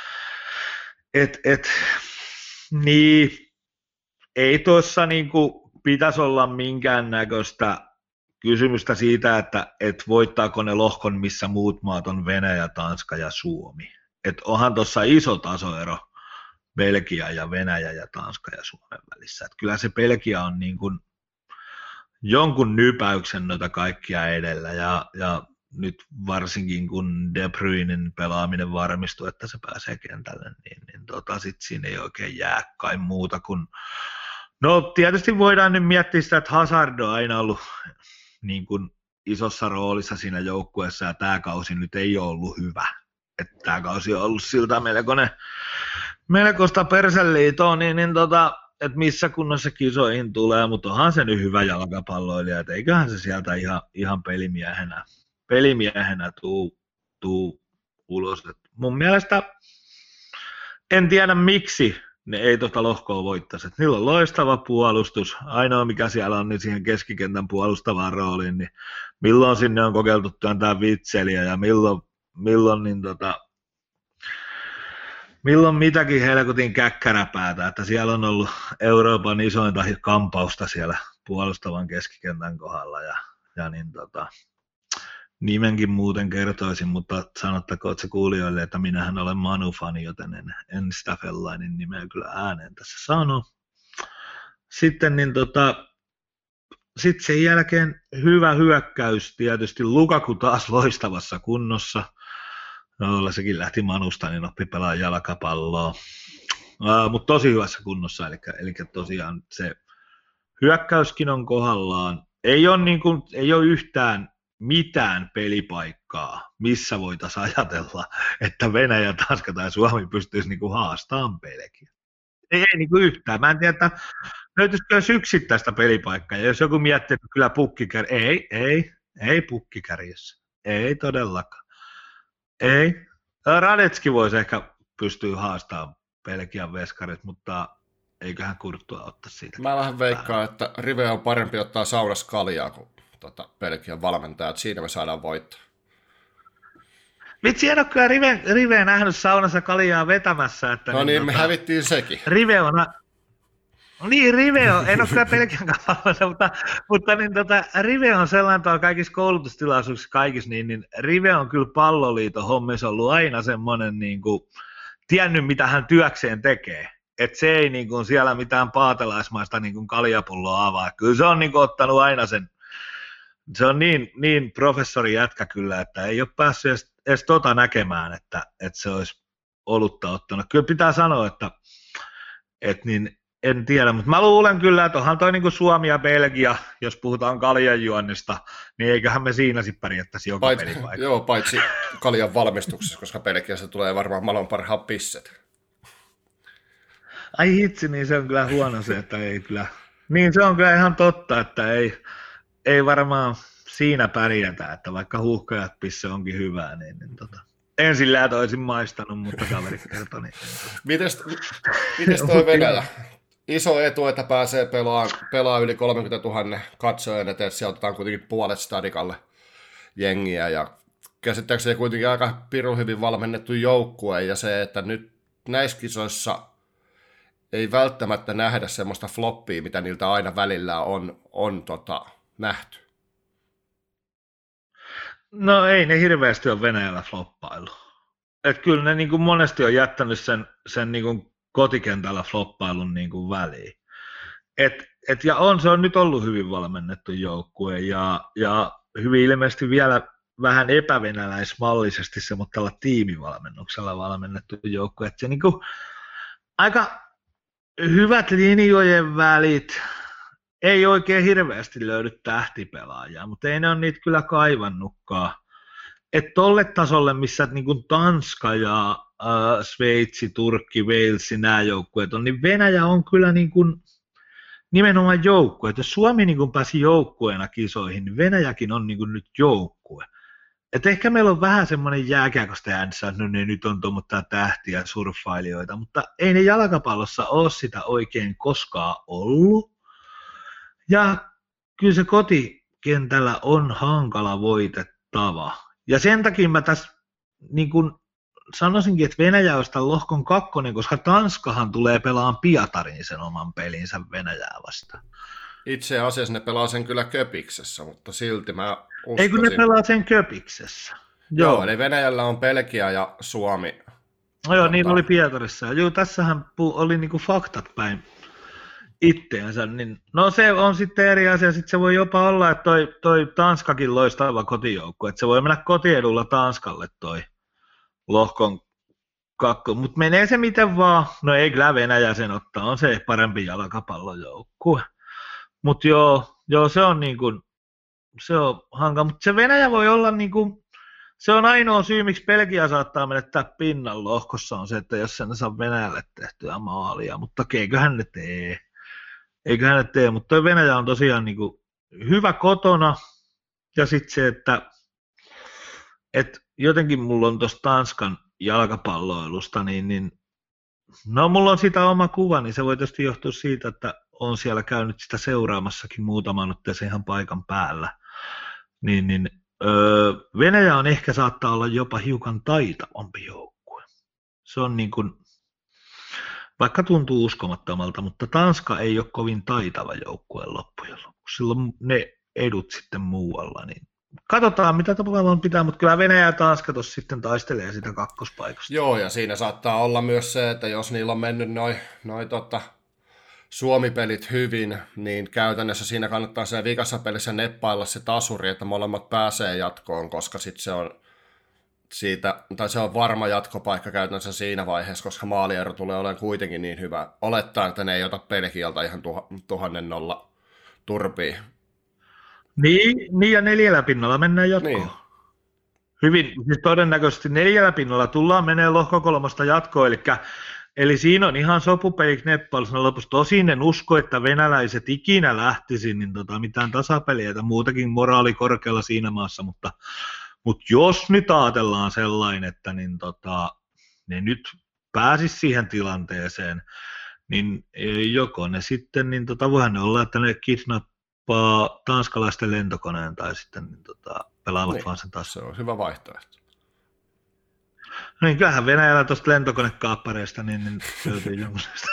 että niin, ei tuossa niinku pitäisi olla minkäännäköistä kysymystä siitä, että voittaako ne lohkon, missä muut maat on Venäjä, Tanska ja Suomi. Että onhan tuossa iso tasoero Belgia ja Venäjä ja Tanska ja Suomen välissä. Että kyllä se Belgia on niin kuin jonkun nypäyksen noita kaikkia edellä ja nyt varsinkin kun De Bruynen pelaaminen varmistuu, että se pääsee kentälle, niin sit siinä ei oikein jää kai muuta kuin. No tietysti voidaan nyt miettiä sitä, että Hazard on aina ollut niin kuin isossa roolissa siinä joukkueessa ja tämä kausi nyt ei ole ollut hyvä. Että tämä kausi on ollut siltä melkoista perseliitoa, että missä kunnossa kisoihin tulee, mutta onhan se nyt hyvä jalkapalloilija, että eiköhän se sieltä ihan pelimiehenä tuu ulos. Et mun mielestä en tiedä miksi ne ei tuota lohkoa voittaisi. Et niillä on loistava puolustus, ainoa mikä siellä on niin siihen keskikentän puolustavaan rooliin, niin milloin sinne on kokeiltu työntää vitseliä ja milloin mitäkin helkutin käkkäräpäätä, että siellä on ollut Euroopan isointa kampausta siellä puolustavan keskikentän kohdalla ja nimenkin muuten kertoisin, mutta sanottakoon se kuulijoille, että minähän olen Manu-fani, joten en sitä fellainin nimeä kyllä ääneen tässä sano. Sitten sitten sen jälkeen hyvä hyökkäys, tietysti Lukaku taas loistavassa kunnossa. No, sekin lähti Manusta, niin oppi pelaa jalkapalloa, mutta tosi hyvässä kunnossa, eli tosiaan se hyökkäyskin on kohdallaan. Ei ole yhtään mitään pelipaikkaa, missä voitaisiin ajatella, että Venäjä, Tanska tai Suomi pystyisi haastamaan Belgia. Ei yhtään. Mä en tiedä, että löytyisikö yksittäistä pelipaikkaa. Ja jos joku miettii, että kyllä ei pukkikärjessä. Ei todellakaan. Ei. Radetski voisi ehkä pystyä haastamaan Belgian veskarit, mutta eiköhän Kurttua ottaa siitä. Mä vähän veikkaan, että Rive on parempi ottaa saunassa kaljaa kuin Belgian valmentajat. Siinä me saadaan voittaa. Vitsi, en ole kyllä Rive nähnyt saunassa kaljaa vetämässä. Että no niin, me hävittiin sekin. Rive on, en ole kyllä Belgian kappaleessa, mutta Rive on sellainen tuolla kaikissa koulutustilaisuuksissa kaikissa, niin Rive on kyllä palloliiton hommissa ollut aina semmoinen tiennyt, mitä hän työkseen tekee. Että se ei siellä mitään paatelaismaista kaljapulloa avaa. Kyllä se on ottanut aina sen. Se on niin professori jätkä kyllä, että ei ole päässyt edes näkemään, että se olisi olutta ottanut. Kyllä pitää sanoa, että niin en tiedä, mutta mä luulen kyllä, että onhan toi Suomi ja Belgia, jos puhutaan kaljanjuonnista, niin eiköhän me siinä sitten pärjättäisi joka pelipaikka. Joo, paitsi kaljan valmistuksessa, koska Belgiassa tulee varmaan maailman parhaat pisset. Ai hitsi, niin se on kyllä huono se, että ei kyllä. Niin se on kyllä ihan totta, että ei varmaan siinä pärjätä, että vaikka huuhkajat pisse onkin hyvää, niin. En sillä toisin maistanut, mutta kaveri kertoi. Niin. Mites toi Venäjä? Iso etu, että pääsee pelaa yli 30 000 katsojan eteen, että siellä otetaan kuitenkin puolet stadikalle jengiä ja käsittääkseni kuitenkin aika pirun hyvin valmennettu joukkue ja se, että nyt näissä kisoissa ei välttämättä nähdä semmoista floppia, mitä niiltä aina välillä on nähty. No ei ne hirveästi ole Venäjällä floppailu. Et kyllä ne niin kuin monesti on jättänyt sen niin kuin kotikentällä floppailun niin kuin väliin. Ja se on nyt ollut hyvin valmennettu joukkue ja hyvin ilmeisesti vielä vähän epävenäläismallisesti semmoisella tiimivalmennuksella valmennettu joukkue. Et se niin kuin aika hyvät linjojen välit, ei oikein hirveästi löydy tähtipelaajaa, mutta ei ne ole niitä kyllä kaivannutkaan. Että tolle tasolle, missä niin kuin Tanska ja Sveitsi, Turkki, Walesi, nämä joukkueet on, niin Venäjä on kyllä niin kuin nimenomaan joukkue. Että jos Suomi niin kuin pääsi joukkueena kisoihin, niin Venäjäkin on niin kuin nyt joukkue. Että ehkä meillä on vähän semmoinen jääkiekosta äänessä, että no niin, nyt on tuommoittaa tähtiä surffailijoita, mutta ei ne jalkapallossa ole sitä oikein koskaan ollut. Ja kyllä se kotikentällä on hankala voitettava. Ja sen takia mä tässä niin kun sanoisinkin, että Venäjä on sitä lohkon 2, koska Tanskahan tulee pelaamaan Pietarin sen oman pelinsä Venäjää vastaan. Itse asiassa ne pelaa sen kyllä Köpiksessä, mutta silti mä uskoisin. Ei kun ne pelaa sen Köpiksessä. Joo, eli Venäjällä on Belgia ja Suomi. No joo, niin oli Pietarissa. Joo, tässähän oli niinku faktat päin itteensä. Niin, no se on sitten eri asia. Sitten se voi jopa olla, että toi Tanskakin loistava kotijoukko. Että se voi mennä kotiedulla Tanskalle toi lohkon 2. Mutta menee se miten vaan. No ei kyllä Venäjä sen ottaa. On se parempi jalkapallojoukkue. Mutta joo, se on niin kuin, se on hankala. Mutta se Venäjä voi olla niin kuin, se on ainoa syy, miksi Belgia saattaa menettää pinnan lohkossa on se, että jos sen saa Venäjälle tehtyä maalia. Mutta eiköhän ne tee. Mutta toi Venäjä on tosiaan niin kuin hyvä kotona. Ja sitten se, että jotenkin mulla on tuosta Tanskan jalkapalloilusta, niin no mulla on sitä oma kuva, niin se voi tietysti johtua siitä, että on siellä käynyt sitä seuraamassakin muutaman otteeseen ihan paikan päällä. Venäjä on ehkä saattaa olla jopa hiukan taitavampi joukkue. Se on niin kuin, vaikka tuntuu uskomattomalta, mutta Tanska ei ole kovin taitava joukkue loppujen lopuksi. Silloin ne edut sitten muualla, niin katsotaan, mitä tapahtuu pitää, mutta kyllä Venäjä ja Tanska tuossa sitten taistelee sitä kakkospaikasta. Joo, ja siinä saattaa olla myös se, että jos niillä on mennyt noi Suomi-pelit hyvin, niin käytännössä siinä kannattaa siinä vikassa pelissä neppailla se tasuri, että molemmat pääsee jatkoon, koska sitten se on varma jatkopaikka käytännössä siinä vaiheessa, koska maaliero tulee olemaan kuitenkin niin hyvä. Olettaa, että ne ei ota Belgialta ihan 1,000 turpiin. Niin ja 4 pinnalla mennään jatkoon. Niin. Hyvin, siis todennäköisesti 4 pinnalla tullaan menee lohko 3 jatkoon, eli siinä on ihan sopupeli Nepalissa lopussa. Tosin en usko, että venäläiset ikinä lähtisi niin mitään tasapeliä tai muutakin moraali korkealla siinä maassa, mutta jos nyt ajatellaan sellainen, että ne nyt pääsisi siihen tilanteeseen, niin joko ne sitten, voihan ne olla, että ne kidnappaa tanskalaisten lentokoneen tai sitten pelaavat niin, vaan sen taas. Se on hyvä vaihtoehto. Niin kyllähän Venäjällä tuosta lentokonekaappareista niin löytyy jonkunlaista.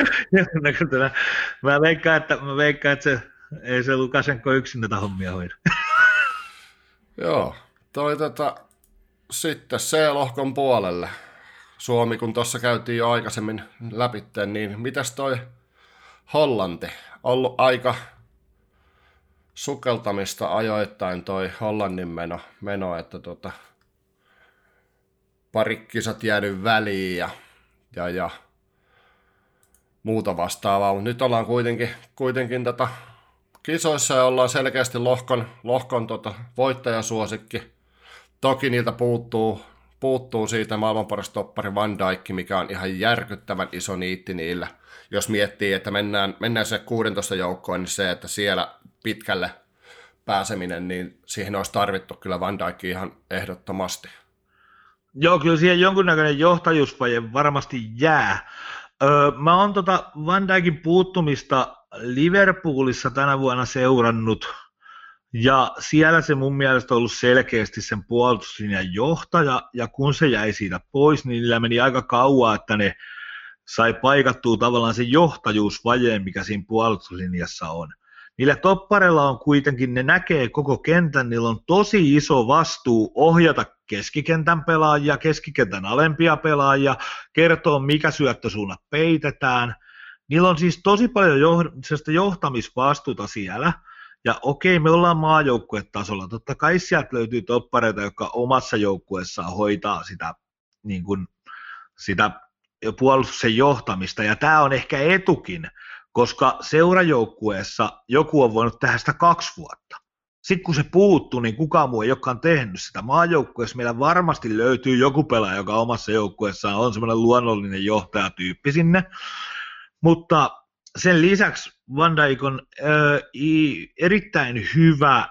Mä veikkaan, että se Lukasenko yksin näitä hommia hoida. Joo, sitten C-lohkon puolelle. Suomi, kun tuossa käytiin jo aikaisemmin läpitteen, niin mitäs toi Hollanti? Ollut aika sukeltamista ajoittain toi Hollannin meno että pari kisat jäänyt väliin ja muuta vastaavaa, mutta nyt ollaan kuitenkin kisoissa ja ollaan selkeästi lohkon voittajasuosikki. Toki niiltä puuttuu siitä maailman paras toppari Van Dijk, mikä on ihan järkyttävän iso niitti niillä. Jos miettii, että mennään se 16 joukkoon, niin se, että siellä pitkälle pääseminen, niin siihen olisi tarvittu kyllä Van Dijk ihan ehdottomasti. Joo, kyllä siihen jonkunnäköinen johtajuusvaje varmasti jää. Mä oon Van Dijkin puuttumista Liverpoolissa tänä vuonna seurannut, ja siellä se mun mielestä on ollut selkeästi sen puolustuslinjan johtaja, ja kun se jäi siitä pois, niin niillä meni aika kauan, että ne sai paikattua tavallaan sen johtajuusvajeen, mikä siinä puolustuslinjassa on. Niillä toppareilla on kuitenkin, ne näkee koko kentän, niillä on tosi iso vastuu ohjata keskikentän pelaajia, keskikentän alempia pelaajia, kertoo mikä syöttösuunnat peitetään. Niillä on siis tosi paljon johtamisvastuuta siellä, ja okei, me ollaan maajoukkuetasolla, totta kai sieltä löytyy toppareita, jotka omassa joukkueessaan hoitaa sitä, niin kuin, sitä puolustuksen johtamista, ja tämä on ehkä etukin, koska seurajoukkueessa joku on voinut tehdä sitä 2 vuotta. Sitten kun se puuttuu, niin kukaan muu ei olekaan tehnyt sitä. Maajoukkueessa meillä varmasti löytyy joku pelaaja, joka omassa joukkueessaan on semmoinen luonnollinen johtajatyyppi sinne, mutta sen lisäksi Van Dijk on erittäin hyvä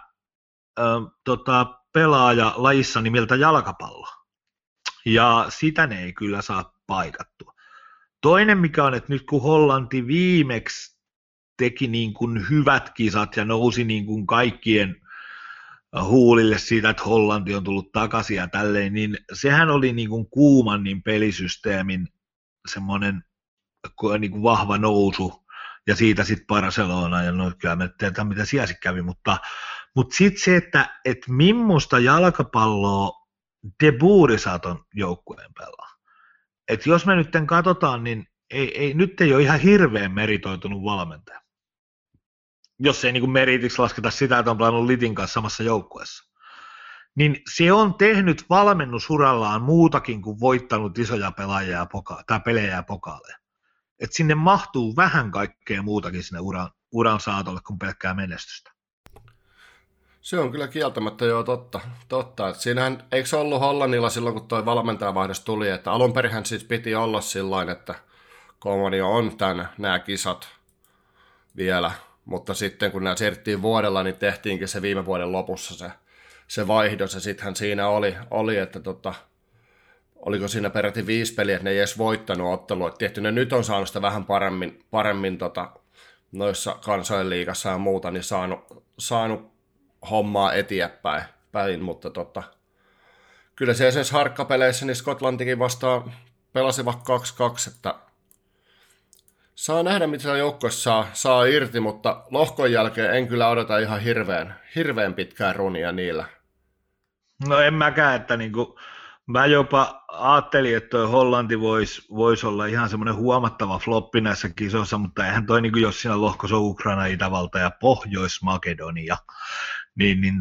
pelaaja lajissa nimeltä jalkapallo, ja sitä ne ei kyllä saa paikattua. Toinen mikä on, että nyt kun Hollanti viimeksi teki niin kuin hyvät kisat ja nousi niin kuin kaikkien huulille siitä, että Hollanti on tullut takaisin ja tälleen, niin sehän oli niin kuin Koemanin pelisysteemin semmoinen niin kuin vahva nousu, ja siitä sitten Barcelona, ja no kyllä me tiedetään mitä siellä sitten kävi, mutta sitten se, että millaista jalkapalloa De Boer saaton joukkueen pelaa. Et jos me nyt katsotaan, niin nyt ei ole ihan hirveän meritoitunut valmentaja. Jos ei niin kuin meritiksi lasketa sitä, että on pelannut Litin kanssa samassa joukkueessa. Niin se on tehnyt valmennusurallaan muutakin kuin voittanut isoja pelaajia tai pelejä ja pokaaleja. Et sinne mahtuu vähän kaikkea muutakin sinne uran saatolle kuin pelkkää menestystä. Se on kyllä kieltämättä jo totta. Et siinähän, eikö se ollut Hollannilla silloin, kun tuo valmentajavaihdos tuli, että alun perinhän siis piti olla sillain, että Koemani on nämä kisat vielä, mutta sitten kun nämä siirrettiin vuodella, niin tehtiinkin se viime vuoden lopussa se vaihdos, ja sittenhän siinä oli että oliko siinä peräti 5 peliä, että ne ei edes voittanut ottelua. Tietty ne nyt on saanut sitä vähän paremmin noissa kansainliigassa ja muuta, niin saanut hommaa eteenpäin, mutta kyllä se esimerkiksi harkkapeleissä niin Skotlantikin vastaan pelasivat 2-2, että saa nähdä, mitä siellä joukkueessa saa irti, mutta lohkon jälkeen en kyllä odota ihan hirveän pitkää runia niillä. No en mäkään, että niinku, mä jopa ajattelin, että toi Hollanti voisi olla ihan semmoinen huomattava floppi näissä kisoissa, mutta eihän toi, niinku, jos siinä lohkossa on Ukraina, Itävalta ja Pohjois-Makedonia, niin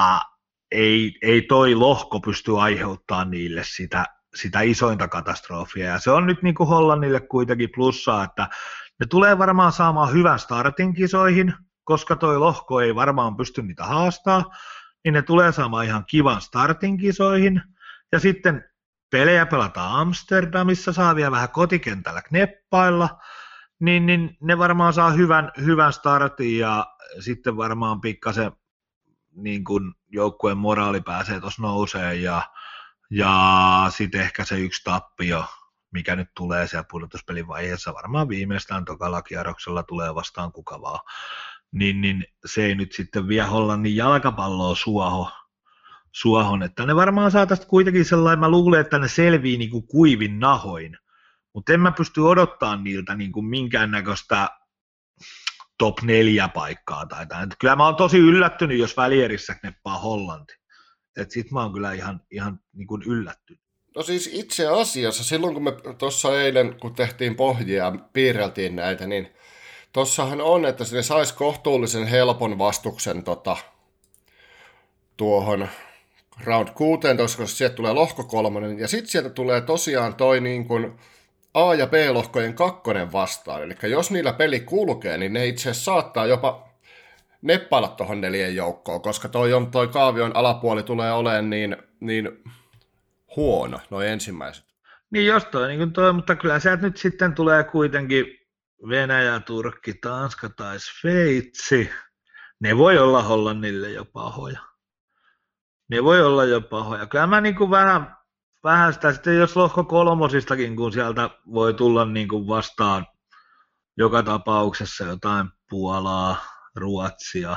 ei toi lohko pysty aiheuttamaan niille sitä isointa katastrofia. Ja se on nyt niin kuin Hollannille kuitenkin plussaa, että ne tulee varmaan saamaan hyvän startin kisoihin, koska toi lohko ei varmaan pysty niitä haastaa, niin ne tulee saamaan ihan kivan startin kisoihin. Ja sitten pelejä pelataan Amsterdamissa, saa vielä vähän kotikentällä kneppailla, niin ne varmaan saa hyvän startin, ja sitten varmaan pikkasen niin kuin joukkueen moraali pääsee tuossa nousee, ja sitten ehkä se 1 tappio, mikä nyt tulee siellä pudotuspelin vaiheessa, varmaan viimeistään tokalla kierroksella tulee vastaan kuka vaan, niin se ei nyt sitten vie Hollannin jalkapalloa suohon, että ne varmaan saa tästä kuitenkin sellainen, mä luulen, että ne selvii niin kuin kuivin nahoin, mutta en mä pysty odottamaan niiltä niin kuin minkäännäköistä top 4 paikkaa tai jotain. Kyllä mä oon tosi yllättynyt, jos välierissä kneppaa Hollanti. Että sit mä oon kyllä ihan niin kuin yllättynyt. No siis itse asiassa silloin, kun me tuossa eilen, kun tehtiin pohjia ja piirreltiin näitä, niin tossahan on, että se saisi kohtuullisen helpon vastuksen tuohon round 16, koska sieltä tulee lohko 3, ja sitten sieltä tulee tosiaan toi niin kuin A- ja B-lohkojen 2 vastaan. Eli jos niillä peli kulkee, niin ne itse asiassa saattaa jopa neppailla tuohon 4 joukkoon, koska toi kaavion alapuoli tulee olemaan niin huono, noi ensimmäiset. Niin jos niin toi, mutta kyllä sieltä nyt sitten tulee kuitenkin Venäjä, Turkki, Tanska tai Sveitsi. Ne voi olla Hollannille jo pahoja. Kyllä mä niin kuin vähän vähän sitä sitten, jos lohko kolmosistakin, kun sieltä voi tulla niin kuin vastaan joka tapauksessa jotain Puolaa, Ruotsia,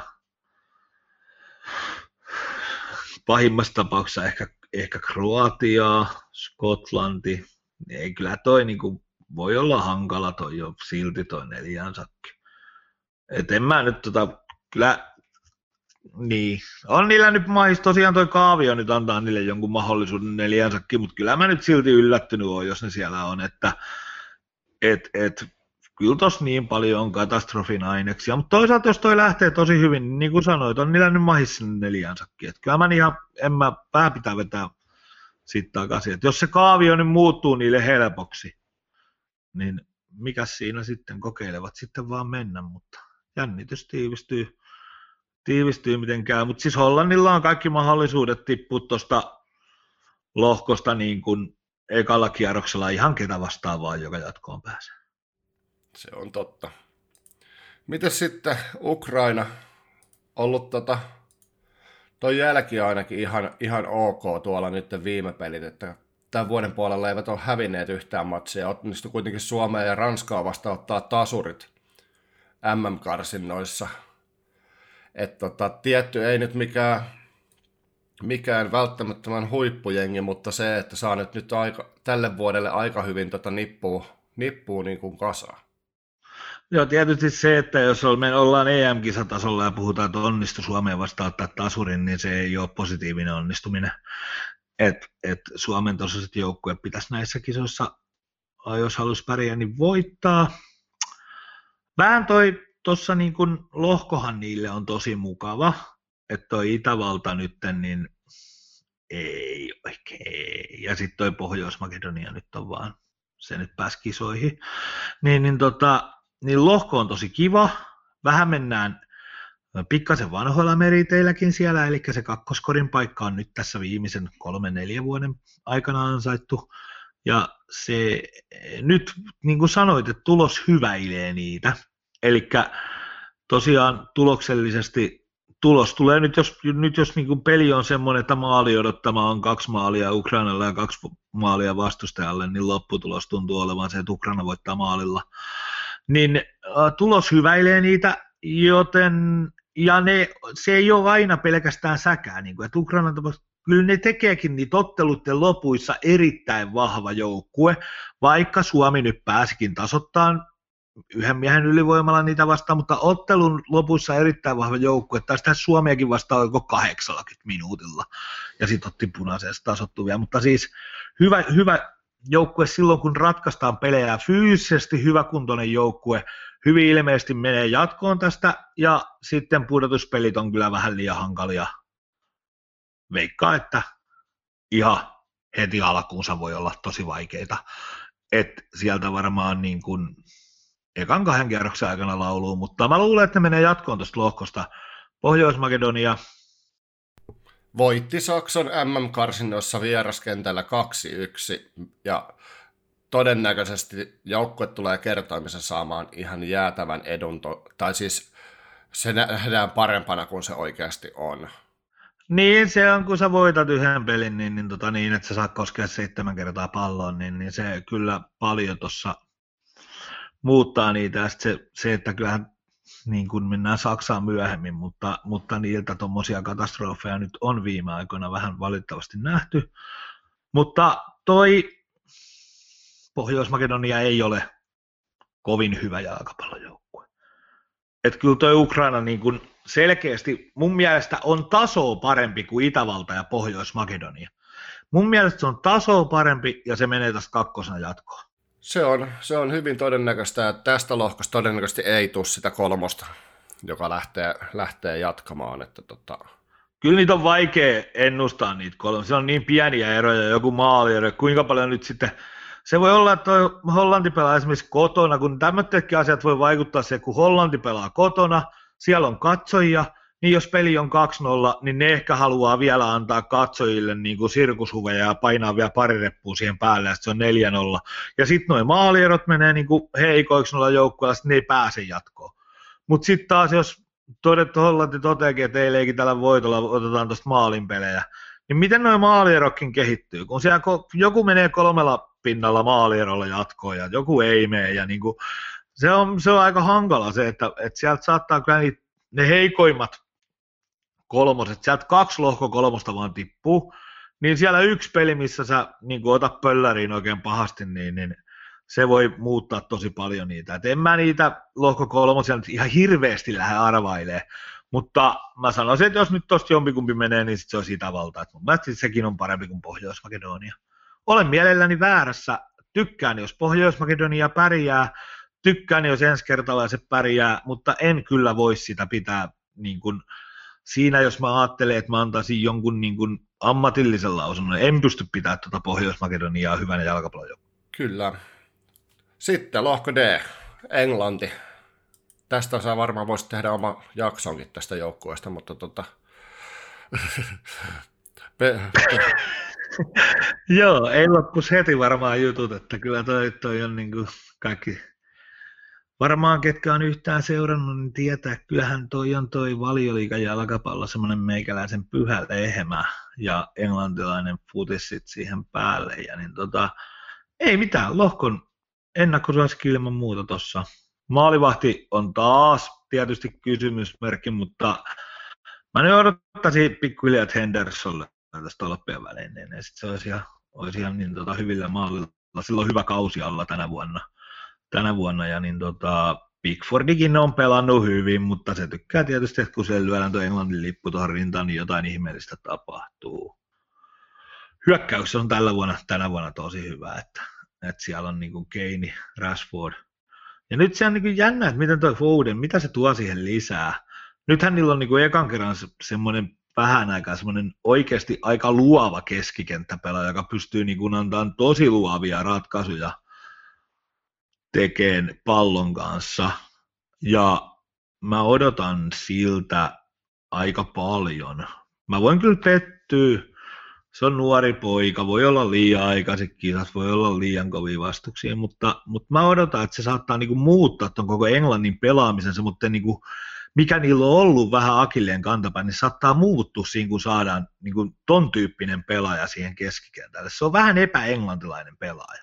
pahimmassa tapauksessa ehkä Kroatiaa, Skotlanti, ei kyllä toi niin kuin, voi olla hankala toi jo silti toi 4 sakki. Et en mä nyt kyllä, niin, on niillä nyt tosiaan toi kaavio nyt antaa niille jonkun mahdollisuuden 4 sakki, mutta kyllä mä nyt silti yllättynyt oon, jos ne siellä on, että kyllä tossa niin paljon on katastrofin aineksia, mutta toisaalta jos toi lähtee tosi hyvin, niin kuin sanoit, on niillä nyt mahissa 4 sakki, että kyllä mä en mä pää pitää vetää sitten takaisin, että jos se kaavio nyt muuttuu niille helpoksi, niin mikäs siinä sitten kokeilevat sitten vaan mennä, mutta jännitys tiivistyy miten käy, mutta siis Hollannilla on kaikki mahdollisuudet tippua tuosta lohkosta niin kuin ekalla kierroksella ihan ketä vastaavaa, joka jatkoon pääsee. Se on totta. Mites sitten Ukraina? Ollut toi jälki ainakin ihan ok tuolla nyt viime pelit, että tämän vuoden puolella eivät ole hävinneet yhtään matsia. Onnistu kuitenkin Suomea ja Ranskaa vasta ottaa tasurit MM-karsinnoissa. Että tietty ei nyt mikään välttämättömän huippujengi, mutta se, että saa nyt tälle vuodelle aika hyvin nippuu niin kuin kasaan. Joo, tietysti se, että jos me ollaan EM-kisatasolla ja puhutaan, että onnistu Suomeen vastaan ottaa tasurin, niin se ei ole positiivinen onnistuminen. Et Suomen tosiaset joukkueet pitäisi näissä kisoissa, jos haluaisi pärjää, niin voittaa. Vähän tuossa niin kun lohkohan niille on tosi mukava, että toi Itävalta nyt, niin ei oikein. Ja sitten toi Pohjois-Makedonia nyt on vaan, se nyt pääsi kisoihin. Niin lohko on tosi kiva. Vähän mennään pikkasen vanhoilla meriteilläkin siellä, eli se kakkoskorin paikka on nyt tässä viimeisen 3-4 vuoden aikana ansaittu. Ja se nyt, niin kuin sanoit, että tulos hyväilee niitä. Eli tosiaan tuloksellisesti tulos tulee nyt, jos niin kuin peli on semmoinen, että maali odottama on 2 maalia Ukrainalle ja 2 maalia vastustajalle, niin lopputulos tuntuu olevan se, että Ukraina voittaa maalilla. Niin tulos hyväilee niitä, joten se ei ole aina pelkästään säkää, niin kuin, että Ukrainan tapauksessa kyllä ne tekeekin niitä otteluiden lopuissa erittäin vahva joukkue, vaikka Suomi nyt pääsikin tasoittamaan yhden miehen ylivoimalla niitä vastaan, mutta ottelun lopussa erittäin vahva joukkue, taisi tehdä Suomiakin vastaan oliko 80 minuutilla, ja sitten otti punaisesta tasoittuvia, mutta siis hyvä joukkue silloin, kun ratkaistaan pelejä, fyysisesti hyväkuntoinen joukkue, hyvin ilmeisesti menee jatkoon tästä, ja sitten pudotuspelit on kyllä vähän liian hankalia. Veikkaa, että ihan heti alkuunsa voi olla tosi vaikeita, että sieltä varmaan niin kuin ekan 2 kierroksen aikana lauluu, mutta mä luulen, että ne menee jatkoon tuosta lohkosta. Pohjois-Makedonia voitti Saksan MM-karsinnoissa vieraskentällä 2-1, ja todennäköisesti joukkue tulee kertaimisen saamaan ihan jäätävän edun, tai siis se nähdään parempana kuin se oikeasti on. Niin, se on, kun sä voitat yhden pelin, niin että sä saat koskea 7 kertaa palloon, niin se kyllä paljon tuossa muuttaa niitä, ja se, että kyllähän niin kuin mennään Saksaan myöhemmin, mutta niiltä tuommoisia katastrofeja nyt on viime aikoina vähän valitettavasti nähty, mutta toi Pohjois-Makedonia ei ole kovin hyvä jalkapallojoukkue. Että kyllä toi Ukraina niin kuin selkeästi mun mielestä on tasoa parempi kuin Itävalta ja Pohjois-Makedonia. Mun mielestä se on tasoa parempi ja se menee tästä kakkosena jatkoon. Se on hyvin todennäköistä, että tästä lohkosta todennäköisesti ei tule sitä 3, joka lähtee jatkamaan. Että Kyllä niitä on vaikea ennustaa niitä 3. Se on niin pieniä eroja, joku maaliero, kuinka paljon nyt sitten. Se voi olla, että Hollanti pelaa esimerkiksi kotona, kun tämmöisetkin asiat voi vaikuttaa se, kun Hollanti pelaa kotona, siellä on katsojia, niin jos peli on 2-0, niin ne ehkä haluaa vielä antaa katsojille niin kuin sirkushuveja ja painaa vielä pari reppua siihen päälle, ja sitten se on 4-0. Ja sitten nuo maalierot menee niin kuin heikoiksi noilla joukkueilla, sitten ne ei pääse jatkoon. Mutta sitten taas, jos Hollanti toteakin, että ei leiki tällä voitolla, otetaan tuosta maalinpelejä, niin miten nuo maalierokin kehittyy, kun siellä joku menee 3 pinnalla maalierolla jatkoon ja joku ei mene, ja niin kuin, se on aika hankala se, että sieltä saattaa kyllä ne heikoimmat kolmoset, sieltä 2 lohko-kolmosta vaan tippuu, niin siellä yksi peli, missä sä niin otat pölläriin oikein pahasti, niin se voi muuttaa tosi paljon niitä. Et en mä niitä lohko-kolmosia nyt ihan hirveästi lähde arvailemaan, mutta mä sanoisin, että jos nyt tosta jompikumpi menee, niin sit se on Itävalta. Et mun mielestä sekin on parempi kuin Pohjois-Makedonia. Olen mielelläni väärässä. Tykkään, jos Pohjois-Makedonia pärjää. Tykkään, jos ensikertalaiset pärjää, mutta en kyllä voi sitä pitää niin kuin siinä, jos mä ajattelen, että mä antaisin jonkun niin kuin ammatillisen lausunnon. En pysty pitämään tuota Pohjois-Makedoniaa hyvänä jalkapallojoukkueena. Kyllä. Sitten lohko D, Englanti. Tästä sä varmaan voisit tehdä oma jaksonkin tästä joukkueesta, mutta Joo, ei loppus heti varmaan jutut, että kyllä toi on niin kuin kaikki, varmaan ketkä on yhtään seurannut, niin tietää, kyllähän toi Valioliigan jalkapallo semmoinen meikäläisen pyhä lehmä ja englantilainen futis sit siihen päälle, ja niin ei mitään, lohkon ennakkosuosikki ilman muuta tossa. Maalivahti on taas tietysti kysymysmerkki, mutta mä nyt odottaisin pikkuhiljaa, että Henderson tästä tolppien väliin, niin sitten se olisi ihan niin hyvillä maalilla. Silloin hyvä kausi alla tänä vuonna ja niin Pickfordikin on pelannut hyvin, mutta se tykkää tietysti, että kun se lyödään tuo Englannin lippu tuohon rintaan, niin jotain ihmeellistä tapahtuu. Hyökkäys on tänä vuonna tosi hyvä, että siellä on niin kuin Kane, Rashford. Ja nyt se on niin kuin jännä, että miten toi Foden, mitä se tuo siihen lisää. Nythän niillä on niin kuin ekan kerran semmoinen vähän aikaa semmoinen oikeasti aika luova keskikenttäpelaaja, joka pystyy niin kuin antamaan tosi luovia ratkaisuja tekemään pallon kanssa. Ja mä odotan siltä aika paljon. Mä voin kyllä pettyä. Se on nuori poika, voi olla liian aikaisin kisat, voi olla liian kovia vastuksia, mutta mä odotan, että se saattaa niinku muuttaa tuon koko Englannin pelaamisensa, mutta niinku, mikä niillä on ollut vähän akilleen kantapäin, niin saattaa muuttua siinä, kun saadaan niinku ton tyyppinen pelaaja siihen keskikentälle. Se on vähän epäenglantilainen pelaaja.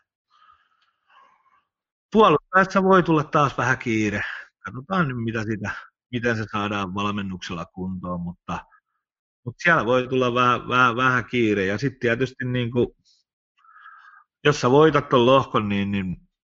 Puolustajassa voi tulla taas vähän kiire. Katsotaan nyt, miten se saadaan valmennuksella kuntoon, mutta siellä voi tulla vähän kiire. Ja sitten tietysti, niin kuin, jos sä voitat ton lohkon, niin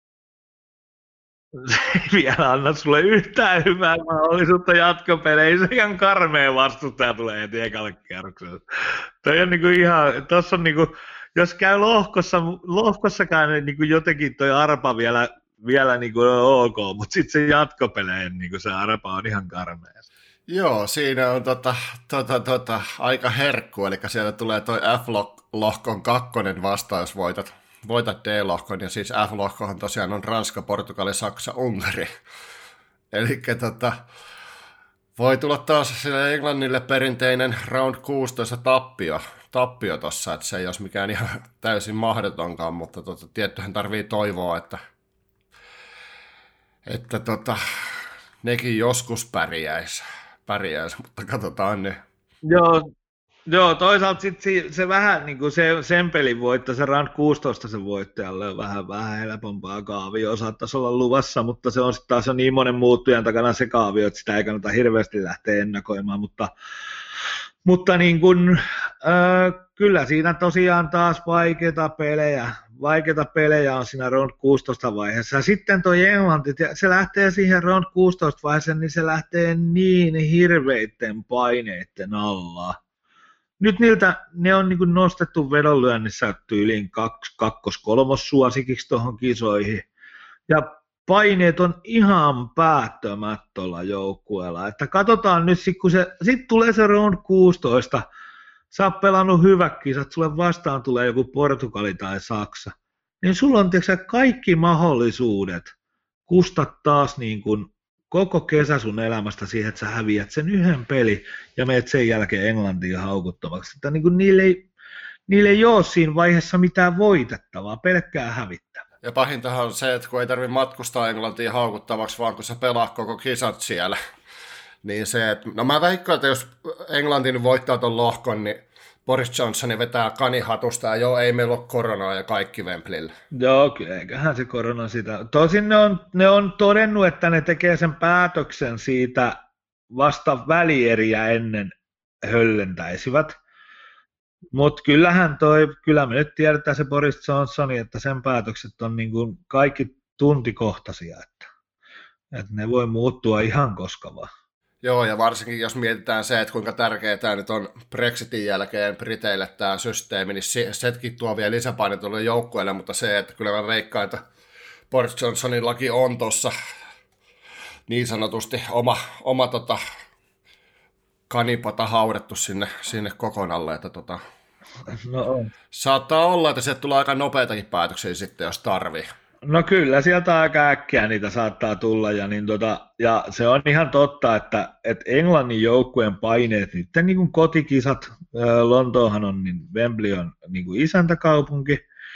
se ei vielä anna sulle yhtään hyvää mahdollisuutta jatkopeleissä. Ihan karmea vastustaja tulee heti ekalle kierrokselle. Toi on niinku ihan, tossa on niinku, jos käy lohkossakaan niin jotenkin toi arpa vielä niinku ok, mutta sitten se jatkopeleen niin se arpa on ihan karmea. Joo, siinä on aika herkku, eli sieltä tulee toi F-lohkon 2 vastaan, jos voitat D-lohkon, ja siis F-lohkohan tosiaan on Ranska, Portugali, Saksa, Unkari. Eli voi tulla taas sille Englannille perinteinen round 16 tappio tossa, että se ei olisi mikään ihan täysin mahdotonkaan, mutta tiettyhän tarvii toivoa, että nekin joskus pärjäisi, mutta katsotaan ne. Joo, toisaalta sitten se vähän niin kuin sen pelin voitto, se round 16 sen voittajalle on vähän helpompaa kaavio, saattaisi olla luvassa, mutta se on sitten taas niin monen muuttujan takana se kaavio, että sitä ei kannata hirveästi lähteä ennakoimaan, mutta niin kuin, kyllä siinä tosiaan taas vaikeita pelejä on siinä round 16 vaiheessa. Ja sitten tuo Englanti, se lähtee siihen round 16 vaiheeseen, niin se lähtee niin hirveitten paineitten alla. Nyt ne on niin kuin nostettu vedonlyönnissä tyyliin 2-3 suosikiksi tuohon kisoihin. Ja paineet on ihan päättömät tuolla joukkueella. Että katsotaan nyt, kun sitten tulee se round 16, sä oot pelannut hyvät kisat, sulle vastaan tulee joku Portugali tai Saksa, niin sulla on kaikki mahdollisuudet kustat taas niin kuin koko kesä sun elämästä siihen, että sä häviät sen yhden peli ja meet sen jälkeen Englantiin haukuttavaksi. Että niin kuin niillä ei ole siinä vaiheessa mitään voitettavaa, pelkkää hävittävää. Ja pahintahan on se, että kun ei tarvitse matkustaa Englantiin haukuttavaksi, vaan kun sä pelaat koko kisat siellä. Niin se, että, no mä veikkaan, että jos Englanti nyt voittaa ton lohkon, niin Boris Johnson vetää kanihatusta ja joo, ei meillä ole koronaa ja kaikki Wembleyllä. Joo, kyllä, eiköhän se korona sitä. Tosin ne on todennut, että ne tekee sen päätöksen siitä vasta välieriä ennen höllentäisivät. Mutta kyllä me nyt tiedetään se Boris Johnson, että sen päätökset on niin kuin kaikki tuntikohtaisia, että ne voi muuttua ihan koska vaan. Joo, ja varsinkin jos mietitään se, että kuinka tärkeää tämä nyt on Brexitin jälkeen Briteille tämä systeemi, niin sekin tuo vielä lisäpaineita tuolle joukkueelle, mutta se, että kyllä mä veikkaan, että Boris Johnsonin laki on tuossa niin sanotusti oma kanipata haudattu sinne kokonalle, että No, saattaa olla, että se tulee aika nopeitakin päätöksiä sitten, jos tarvii. no kyllä, sieltä aika äkkiä niitä saattaa tulla, ja se on ihan totta, että Englannin joukkueen paineet, nyt niin kuin kotikisat, Lontoohan on, niin Wembley on niin kuin isäntäkaupunki,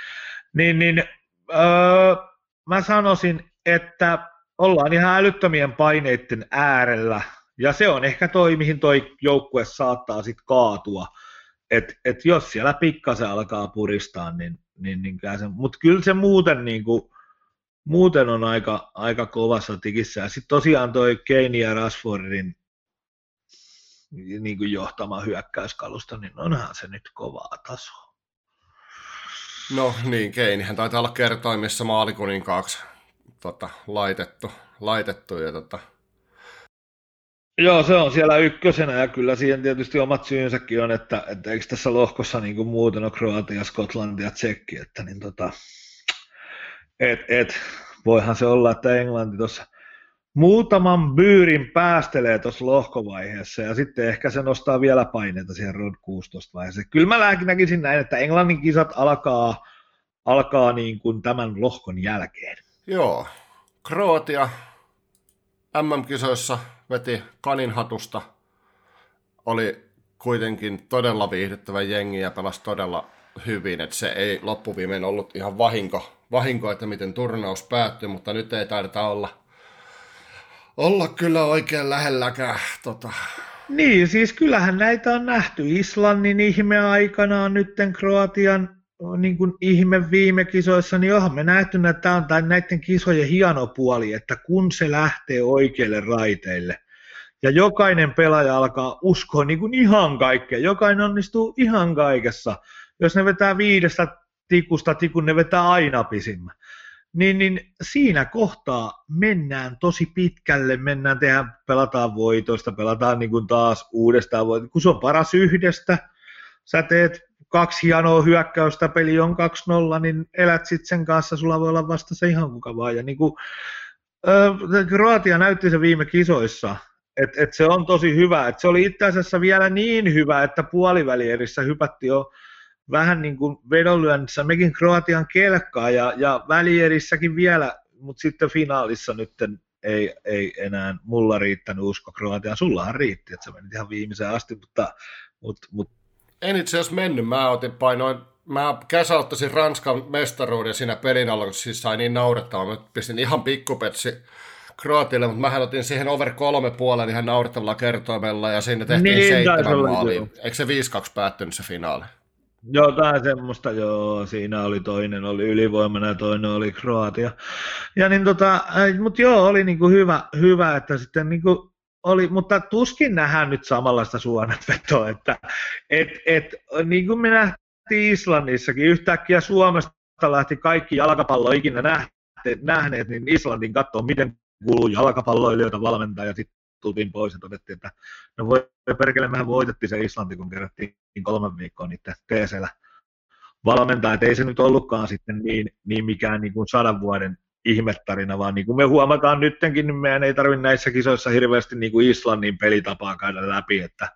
mä sanoisin, että ollaan ihan älyttömien paineiden äärellä, ja se on ehkä mihin toi joukkue saattaa sitten kaatua, että jos siellä pikkasen alkaa puristaa, mutta kyllä se muuten on aika kovassa tikissä. Ja sitten tosiaan toi Kane ja Rashfordin niin kuin johtama hyökkäyskalusta, niin onhan se nyt kovaa tasoa. No niin, Kanehän taitaa olla kertoimissa maalikuninkkaaksi laitettu ja Joo, se on siellä ykkösenä ja kyllä siihen tietysti omat syynsäkin on, että eikö tässä lohkossa niin kuin muuten ole Kroatia, Skotlanti ja Tsekki, että voihan se olla, että Englanti tuossa muutaman byyrin päästelee tuossa lohkovaiheessa ja sitten ehkä se nostaa vielä paineita siihen Road 16 vaiheeseen. Kyllä mä näkisin näin, että Englannin kisat alkaa niin kuin tämän lohkon jälkeen. Joo, Kroatia MM-kisoissa veti kaninhatusta, oli kuitenkin todella viihdyttävä jengi ja pelasi todella hyvin, että se ei loppuviimein ollut ihan vahinko, että miten turnaus päättyi, mutta nyt ei taideta olla kyllä oikein lähelläkään. Niin, siis kyllähän näitä on nähty Islannin ihme aikanaan, nytten Kroatian niin kuin ihme viime kisoissa, niin onhan me nähty, että tämä on näiden kisojen hieno puoli, että kun se lähtee oikeille raiteille, ja jokainen pelaaja alkaa uskoa niin kuin ihan kaikkea, jokainen onnistuu ihan kaikessa, jos ne vetää 5 tikusta tikun, ne vetää aina pisimmän. Niin siinä kohtaa mennään tosi pitkälle, pelataan voitoista, pelataan niin kuin taas uudestaan voitoista, kun se on paras yhdestä, sä teet 2 hienoa hyökkäystä, peli on 2-0, niin elät sitten sen kanssa, sulla voi olla vasta se ihan kuka vaan. Ja niin kuin, Kroatia näytti se viime kisoissa, että se on tosi hyvä. Et se oli itse asiassa vielä niin hyvä, että puolivälierissä hypättiin jo vähän niin kuin vedonlyönnissä mekin Kroatian kelkkaa ja välierissäkin vielä, mutta sitten finaalissa nyt ei enää mulla riittänyt usko Kroatiaan. Sullahan riitti, että se meni ihan viimeiseen asti, mutta en itse asiassa mennyt, mä käsauttasin Ranskan mestaruuden siinä pelin alla, kun siis sai niin naurettavaa, mä pistin ihan pikkupetsi Kroatille, mutta mähän otin siihen over 3 puolen ihan naurettavalla kertoimella ja siinä tehtiin 7 maalia. Eikö se 5-2 päättynyt se finaali? Jotain semmoista, joo, siinä oli toinen oli ylivoimana ja toinen oli Kroatia. Ja mutta joo, oli niinku hyvä, että sitten niinku oli, mutta tuskin nähdään nyt samanlaista suonenvetoa, että niin kuin me nähtiin Islannissakin, yhtäkkiä Suomesta lähti kaikki jalkapallo ikinä nähneet, niin Islannin katsoo, miten kuuluu jalkapalloilijoita valmentaa, ja sitten tultiin pois ja todettiin, että no voi perkele, mehän voitettiin se Islanti, kun kerättiin 3 viikkoa niiden TC:llä valmentaa, että ei se nyt ollutkaan sitten niin mikään niin kuin 100 vuoden ihmettarina, vaan niin kuin me huomataan nyttenkin, niin meidän ei tarvitse näissä kisoissa hirveästi niin kuin Islannin pelitapaa käydä läpi, että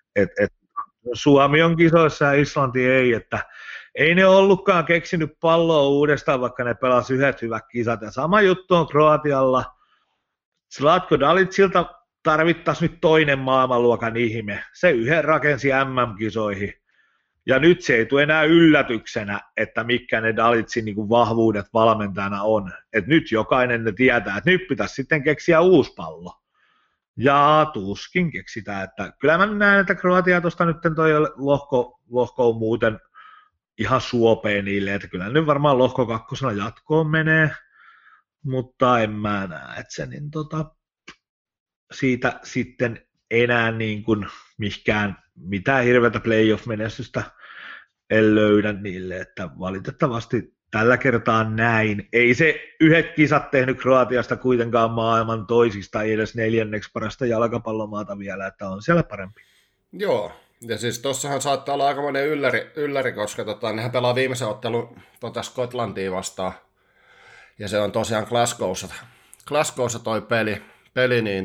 Suomi on kisoissa ja Islanti ei, että ei ne ollutkaan keksinyt palloa uudestaan, vaikka ne pelasi yhdet hyvät kisat, ja sama juttu on Kroatialla. Zlatko Dalicilta tarvittaisiin nyt toinen maailmanluokan ihme, se yhden rakensi MM-kisoihin. Ja nyt se ei tule enää yllätyksenä, että mitkä ne Dalicin niin kuin vahvuudet valmentajana on. Et nyt jokainen ne tietää, että nyt pitäisi sitten keksiä uusi pallo. Ja tuskin keksitään, että kyllä mä näen, että Kroatia tuosta nyt toi lohko on muuten ihan suopea niille, että kyllä nyt varmaan lohko kakkosena jatkoon menee, mutta en mä näe, että se niin siitä sitten enää niin kuin mitään hirveätä playoff-menestystä en löydä niille, että valitettavasti tällä kertaa näin. Ei se yhdet kisat tehnyt Kroatiasta kuitenkaan maailman toisista, ei edes 4. parasta jalkapallomaata vielä, että on siellä parempi. Joo, ja siis tossahan saattaa olla aikamoinen ylläri koska nehän pelaa viimeisen ottelun Skotlantia vastaan, ja se on tosiaan Glasgowssa toi peli niin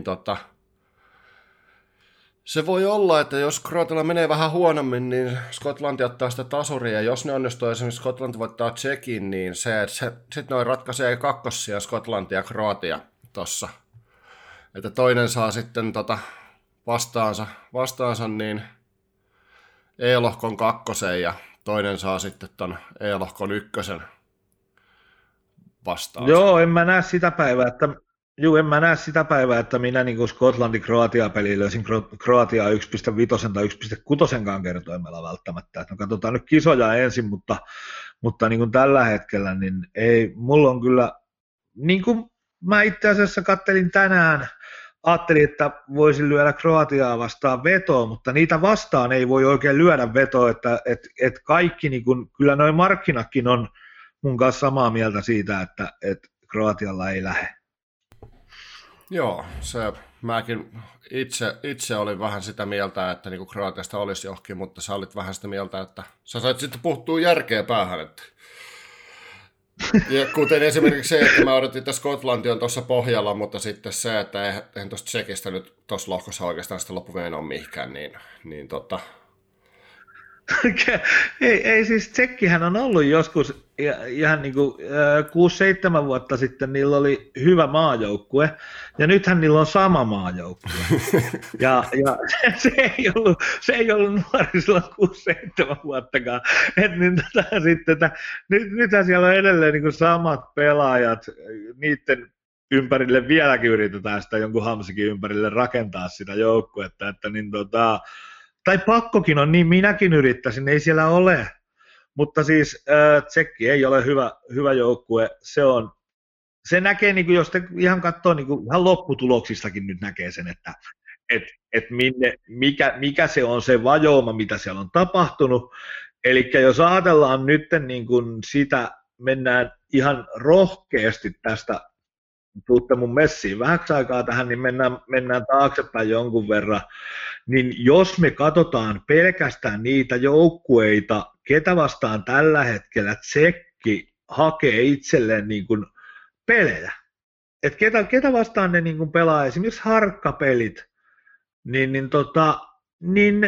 se voi olla, että jos Kroatialla menee vähän huonommin, niin Skotlanti ottaa sitä tasuria, ja jos ne onnistuu esimerkiksi Skotlanti voittaa Tsekin, niin sitten noin ratkaisee kakkosia Skotlanti ja Kroatia tossa. Että toinen saa sitten vastaansa niin E-lohkon kakkosen, ja toinen saa sitten ton E-lohkon ykkösen vastaansa. Joo, en mä näe sitä päivää, että minä niin Skotlanti-Kroatia-peliin löysin Kroatiaa 1.5 tai 1.6 kertoimella välttämättä. No katsotaan nyt kisoja ensin, mutta niin kuin tällä hetkellä, niin ei, mulla on kyllä, niin kuin mä itse asiassa kattelin tänään, ajattelin, että voisin lyödä Kroatiaa vastaan vetoa, mutta niitä vastaan ei voi oikein lyödä vetoa, että kaikki, niin kuin, kyllä noi markkinakin on mun kanssa samaa mieltä siitä, että Kroatialla ei lähde. Joo, mäkin itse olin vähän sitä mieltä, että niinku Kroatiasta olisi johonkin, mutta sä olit vähän sitä mieltä, että sä sait sitten puhuttua järkeä päähän. Että. Ja kuten esimerkiksi se, että mä odotin, että Skotlanti on tuossa pohjalla, mutta sitten se, että eihän tuosta Tsekistä nyt tuossa lohkossa oikeastaan sitä loppuviin ole mihinkään, niin ei siis Tsekkihän on ollut joskus ihan niin kuin 6-7 vuotta sitten niillä oli hyvä maajoukkue ja nythän niillä on sama maajoukkue ja se ei ollut nuori silloin 6-7 vuottakaan nythän siellä on edelleen niin kuin samat pelaajat, niiden ympärille vieläkin yritetään sitä jonkun Hamsikin ympärille rakentaa sitä joukkuetta, että niin tai pakkokin on, niin minäkin yrittäisin, ei siellä ole. Mutta siis Tsekki ei ole hyvä joukkue. Se näkee, niin kuin, jos te ihan katsoo niin kuin, ihan lopputuloksistakin nyt näkee sen, että mikä se on se vajouma, mitä siellä on tapahtunut. Eli jos ajatellaan nyt niin kuin sitä, mennään ihan rohkeasti tästä, tuutte mun messiin vähäksi aikaa tähän, niin mennään taaksepäin jonkun verran, niin jos me katsotaan pelkästään niitä joukkueita, ketä vastaan tällä hetkellä Tsekki hakee itselleen niin kuin pelejä, että ketä vastaan ne niin kuin pelaa, esimerkiksi harkkapelit, niin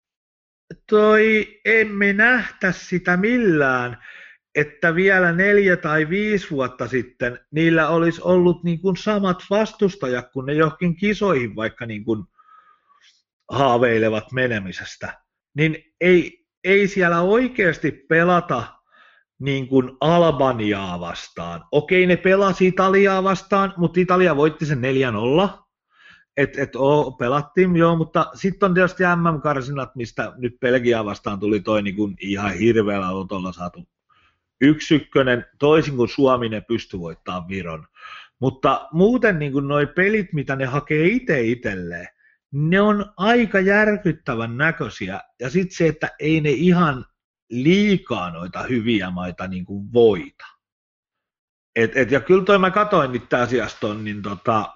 emme nähtä sitä millään, että vielä 4 tai 5 vuotta sitten niillä olisi ollut niin kuin samat vastustajat, kun ne johonkin kisoihin vaikka niin kuin haaveilevat menemisestä, niin ei siellä oikeasti pelata niin kuin Albaniaa vastaan. Okei, ne pelasi Italiaa vastaan, mutta Italia voitti sen 4-0. Pelattiin, joo, mutta sitten on tietysti MM-karsinat, mistä nyt Belgiaa vastaan tuli toi niin kuin ihan hirveällä otolla saatu 1-1, toisin kuin Suomi ne pystyi voittamaan Viron. Mutta muuten niin kuin noi pelit, mitä ne hakee itselleen, ne on aika järkyttävän näköisiä. Ja sitten se, että ei ne ihan liikaa noita hyviä maita niin kuin voita. Ja kyllä mä katoin nyt asiasta on, niin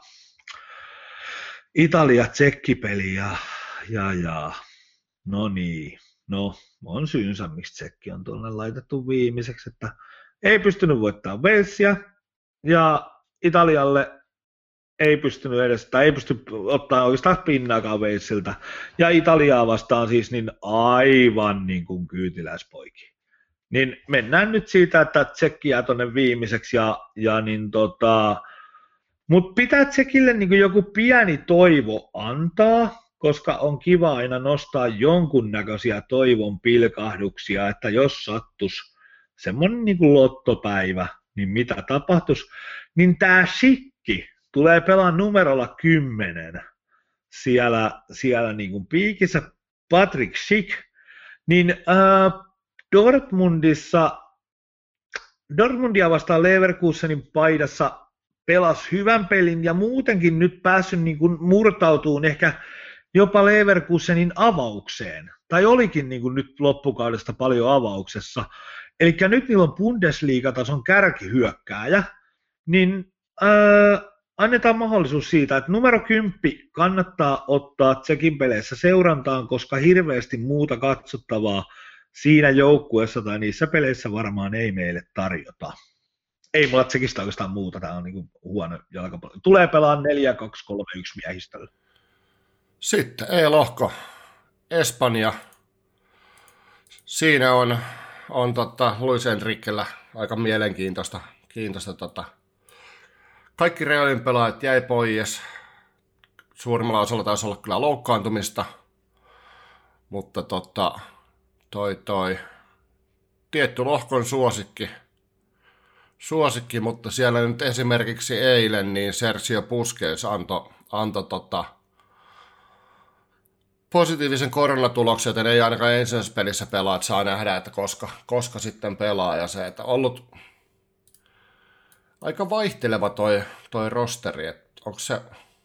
Italia-Tsekki-peli ja no niin, no on syynsä, miksi Tsekki on tuonne laitettu viimeiseksi, että ei pystynyt voittamaan Walesia ja Italialle ei pystynyt edes, tai ei pysty ottaa oikeastaan pinnaakaan Walesilta ja Italiaa vastaan siis niin aivan niin kuin kyytiläispoikia. Niin mennään nyt siitä, että Tsekki jää tuonne viimeiseksi ja niin mutta pitää Tsekille niin kuin joku pieni toivo antaa, koska on kiva aina nostaa jonkunnäköisiä toivon pilkahduksia, että jos sattuisi semmoinen niin kuin lottopäivä, niin mitä tapahtuisi, niin tämä Sikki tulee pelaamaan numerolla 10 siellä niin kuin piikissä Patrick Schick, niin Dortmundia vastaan Leverkusenin paidassa pelasi hyvän pelin ja muutenkin nyt päässyt niin kuin murtautumaan ehkä jopa Leverkusenin avaukseen. Tai olikin niin kuin nyt loppukaudesta paljon avauksessa. Eli nyt niillä on Bundesliga-tason kärkihyökkääjä, niin annetaan mahdollisuus siitä, että numero 10 kannattaa ottaa Tsekin peleissä seurantaan, koska hirveästi muuta katsottavaa siinä joukkueessa tai niissä peleissä varmaan ei meille tarjota. Ei mulla Tsekistä oikeastaan muuta, tämä on niin huono jalkapallo. Tulee pelaa 4-2-3-1 miehistöllä. Sitten E-lohko, Espanja. Siinä on Luis Enriquellä aika mielenkiintoista. Kaikki Realin pelaajat jäi pois. Suurimmalla osalla taisi olla kyllä loukkaantumista, mutta toi tietty lohkon suosikki, mutta siellä nyt esimerkiksi eilen niin Sergio Busquets antoi positiivisen koronatuloksen, joten ei ainakaan ensimmäisessä pelissä pelaa, että saa nähdä, että koska sitten pelaa, ja se, että ollut aika vaihteleva toi rosteri, että onko se,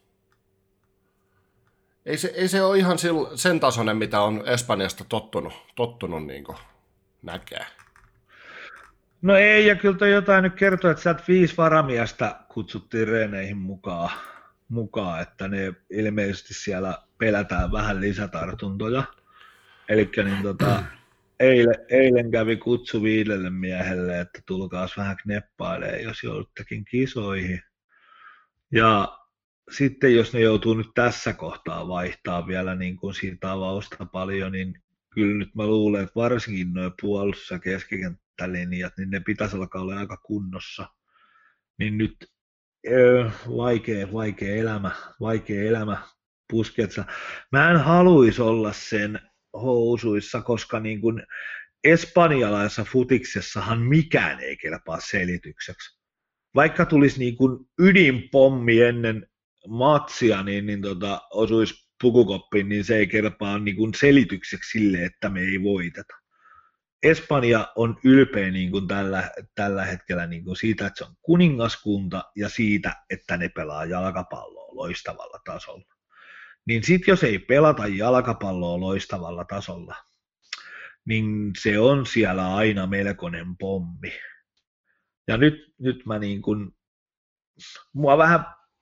ei se ole ihan sen tasoinen, mitä on Espanjasta tottunut niin kuin näkee. No ei, ja kyllä toi jotain nyt kertoo, että sieltä 5 varamiestä kutsuttiin reeneihin mukaan, että ne ilmeisesti siellä pelätään vähän lisätartuntoja. Elikkä niin eilen kävi kutsu 5 miehelle, että tulkaas vähän kneppailemaan, jos jouduttekin kisoihin. Ja sitten jos ne joutuu nyt tässä kohtaa vaihtaa vielä niin kuin siitä avausta paljon, niin kyllä nyt mä luulen, että varsinkin nuo puolustus- ja keskikenttälinjat, niin ne pitäisi alkaa olla aika kunnossa. Niin nyt vaikea elämä Busquetsilla. Mä en haluaisi olla sen housuissa, koska niin kuin espanjalaisessa futiksessahan mikään ei kelpaa selitykseksi. Vaikka tulisi niin kuin ydinpommi ennen matsia, niin osuisi pukukoppiin, niin se ei kelpaa niin kuin selitykseksi sille, että me ei voiteta. Espanja on ylpeä niin kuin tällä hetkellä niin kuin siitä, että se on kuningaskunta ja siitä, että ne pelaa jalkapalloa loistavalla tasolla. Niin sitten jos ei pelata jalkapalloa loistavalla tasolla, niin se on siellä aina melkoinen pommi. Ja nyt mä niin kuin, mua vähän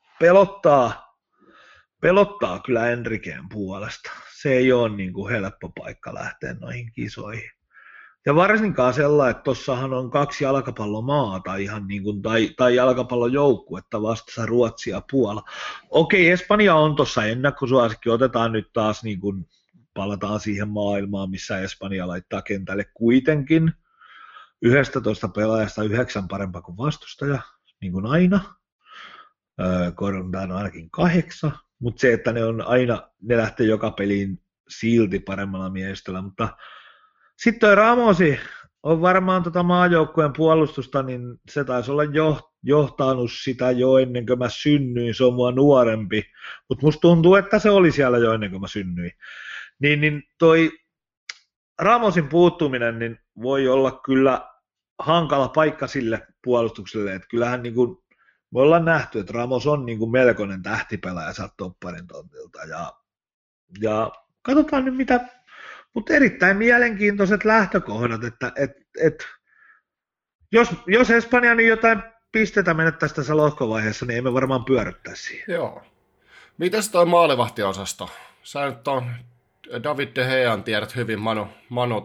pelottaa kyllä Enriqueen puolesta. Se ei ole niin kuin helppo paikka lähteä noihin kisoihin. Ja varsinkaan sellainen, että tossahan on 2 jalkapallomaata ihan niin kuin, tai jalkapallojoukkuetta vastassa Ruotsi ja Puola. Okei, Espanja on tuossa ennakkosuosikki, otetaan nyt taas niin kuin, palataan siihen maailmaan, missä Espanja laittaa kentälle kuitenkin 11 pelaajasta 9 parempaa kuin vastustaja, niin kuin aina. Korvataan ainakin 8, mutta se, että ne lähtee joka peliin silti paremmalla miehistöllä, mutta sitten toi Ramosi on varmaan maajoukkueen puolustusta, niin se taisi olla johtanut sitä jo ennen kuin mä synnyin, se on mua nuorempi, mutta musta tuntuu, että se oli siellä jo ennen kuin mä synnyin. Niin toi Ramosin puuttuminen niin voi olla kyllä hankala paikka sille puolustukselle, että kyllähän niin kuin me ollaan nähty, että Ramos on niin kuin melkoinen tähtipelaaja sieltä topparin tontilta ja katsotaan nyt mitä. Mutta erittäin mielenkiintoiset lähtökohdat, että jos Espanja nyt jotain pistetä menettäisi tässä lohkovaiheessa, niin emme varmaan pyörittäisi siihen. Joo. Mites toi maalivahtiosasto? Sä nyt on David De Gean tiedät hyvin Manu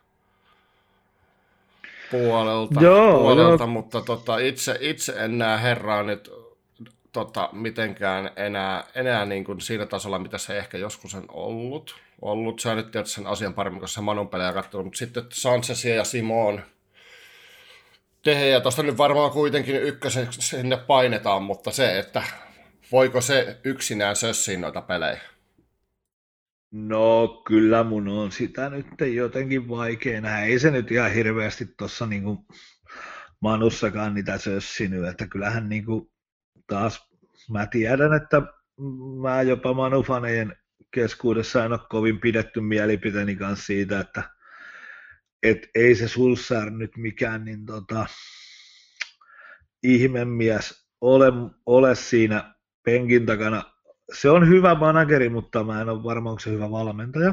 puolelta, mutta itse en näe herraa nyt mitenkään enää niin kuin siinä tasolla, mitä se ehkä joskus on ollut. Sä nyt tiedät sen asian paremmin, kun se Manun pelejä katsonut, mutta sitten Sanchezia ja Simon De Gea, tuosta nyt varmaan kuitenkin ykkösen sinne painetaan, mutta se, että voiko se yksinään sössiä noita pelejä? No kyllä mun on sitä nyt jotenkin vaikea nähdä. Ei se nyt ihan hirveästi tuossa niinku Manussakaan niitä sössinyt, että kyllähän niinku taas mä tiedän, että mä jopa Manu-fanejen keskuudessa en ole kovin pidetty mielipiteeni kanssa siitä, että ei se Solskjaer nyt mikään niin ihmemies ole siinä penkin takana. Se on hyvä manageri, mutta mä en ole varma, onko se hyvä valmentaja.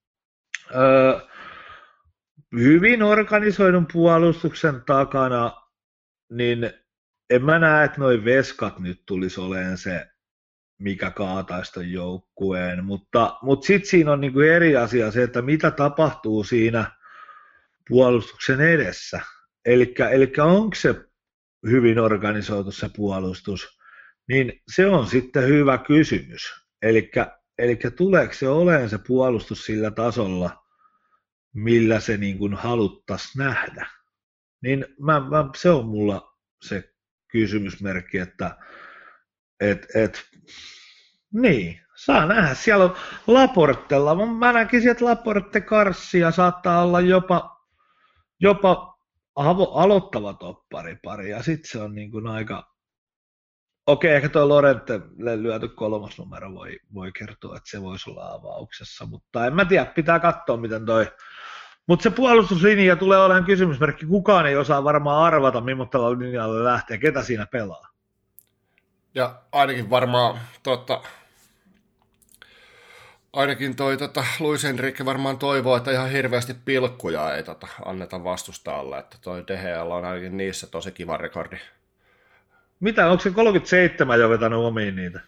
Hyvin organisoidun puolustuksen takana, niin en mä näe, että noi veskat nyt tulisi olemaan se, mikä kaataisi ton joukkueen, mutta sitten siinä on niinku eri asia se, että mitä tapahtuu siinä puolustuksen edessä. Eli onko se hyvin organisoitu se puolustus, niin se on sitten hyvä kysymys. Eli tuleeko se olemaan se puolustus sillä tasolla, millä se niin kuin haluttaisiin nähdä. Niin se on mulla se kysymysmerkki, että niin, saa nähdä. Siellä on Laportella. Mä näkisin, että Laporte karssia saattaa olla jopa aloittava topparipari, ja sitten se on niin kuin aika... Okei, ehkä tuo Lorentelle lyöty 3. numero voi kertoa, että se voisi olla avauksessa, mutta en mä tiedä, pitää katsoa miten toi... Mutta se puolustuslinja tulee olemaan kysymysmerkki. Kukaan ei osaa varmaan arvata, millaisella linjalle lähtee, ketä siinä pelaa. Ja ainakin varmaan ainakin toi Luis Enrique varmaan toivoo, että ihan hirveästi pilkkuja ei anneta vastustajalle, että toi De Gealla on ainakin niissä tosi kiva rekordi. Mitä, onko se 37 jo vetänyt omiin niitä?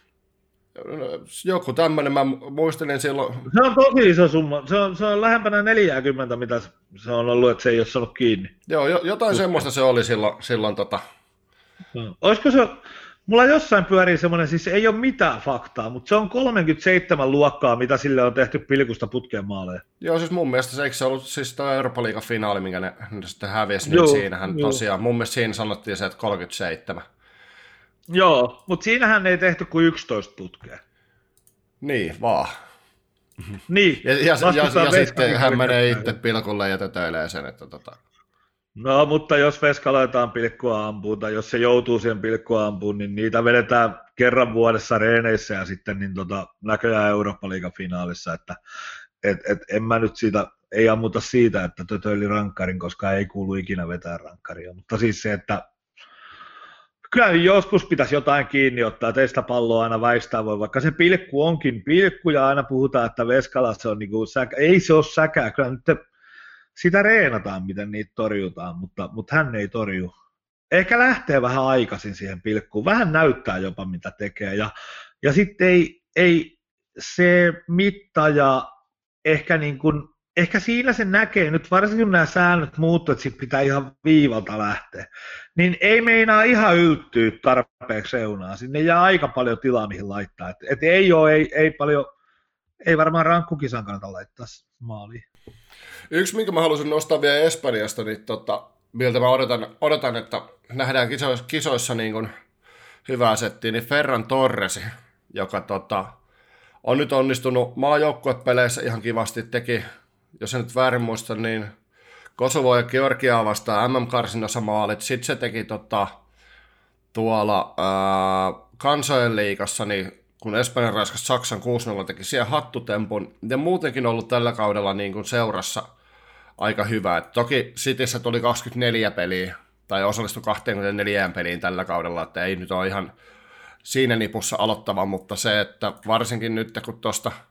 Joku tämmöinen, mä muistelin silloin... Se on tosi iso summa, se on lähempänä 40, mitä se on ollut, että se ei ole saanut kiinni. Joo, jotain semmoista se oli silloin No. Olisiko se, mulla jossain pyörii semmoinen, siis ei ole mitään faktaa, mutta se on 37 luokkaa, mitä sille on tehty pilkusta putkeen maaleja. Joo, siis mun mielestä se, eikö se ollut siis tuo Eurooppa-liigan finaali, minkä ne sitten hävisi nyt siinähän tosiaan. Mun mielestä siinä sanottiin se, että 37. Joo, mutta siinähän ei tehty kuin 11 putkea. Niin, vaan. Niin. Ja sitten hän menee itse pilkulle ja tötöilee sen, että No, mutta jos Veska laitetaan pilkkua ampuun, tai jos se joutuu siihen pilkkua ampuun, niin niitä vedetään kerran vuodessa reeneissä ja sitten niin näköjään Eurooppa-liigan finaalissa, että en mä nyt siitä, ei ammuta siitä, että tötöili rankkarin, koska ei kuulu ikinä vetää rankkaria, mutta siis se, että kyllä joskus pitäisi jotain kiinni ottaa, että ei sitä palloa aina väistää voi, vaikka se pilkku onkin pilkku ja aina puhutaan, että Veskala se on niin kuin säkä, ei se ole säkää, kyllä nyt sitä reenataan, miten niitä torjutaan, mutta hän ei torju. Ehkä lähtee vähän aikaisin siihen pilkkuun, vähän näyttää jopa mitä tekee ja sitten ei se mittaja ehkä niin kuin, ehkä siinä se näkee, nyt varsinkin kun nämä säännöt muuttuu, että sitten pitää ihan viivalta lähteä, niin ei meinaa ihan ylttyä tarpeeksi reunaa. Sinne jää aika paljon tilaa, mihin laittaa. Et ei paljon, ei varmaan rankkukisan kannata laittaa maaliin. Yksi, minkä mä haluaisin nostaa vielä Espanjasta, niin miltä mä odotan, että nähdään kisoissa niin kuin hyvää settiä, niin Ferran Torresi, joka on nyt onnistunut maajoukkuepeleissä ihan kivasti, teki, jos en nyt väärin muista, niin Kosovo ja Georgiaa vastaan MM-karsinnassa maalit. Sitten se teki tuolla kansojen liigassa, niin kun Espanja raskasi Saksan 6-0, teki siellä hattutempun. Ja muutenkin ollut tällä kaudella niin kuin seurassa aika hyvä. Et toki Cityssä tuli 24 peliä, tai osallistui 24 peliin tällä kaudella, että ei nyt ole ihan siinä nipussa aloittava, mutta se, että varsinkin nyt kun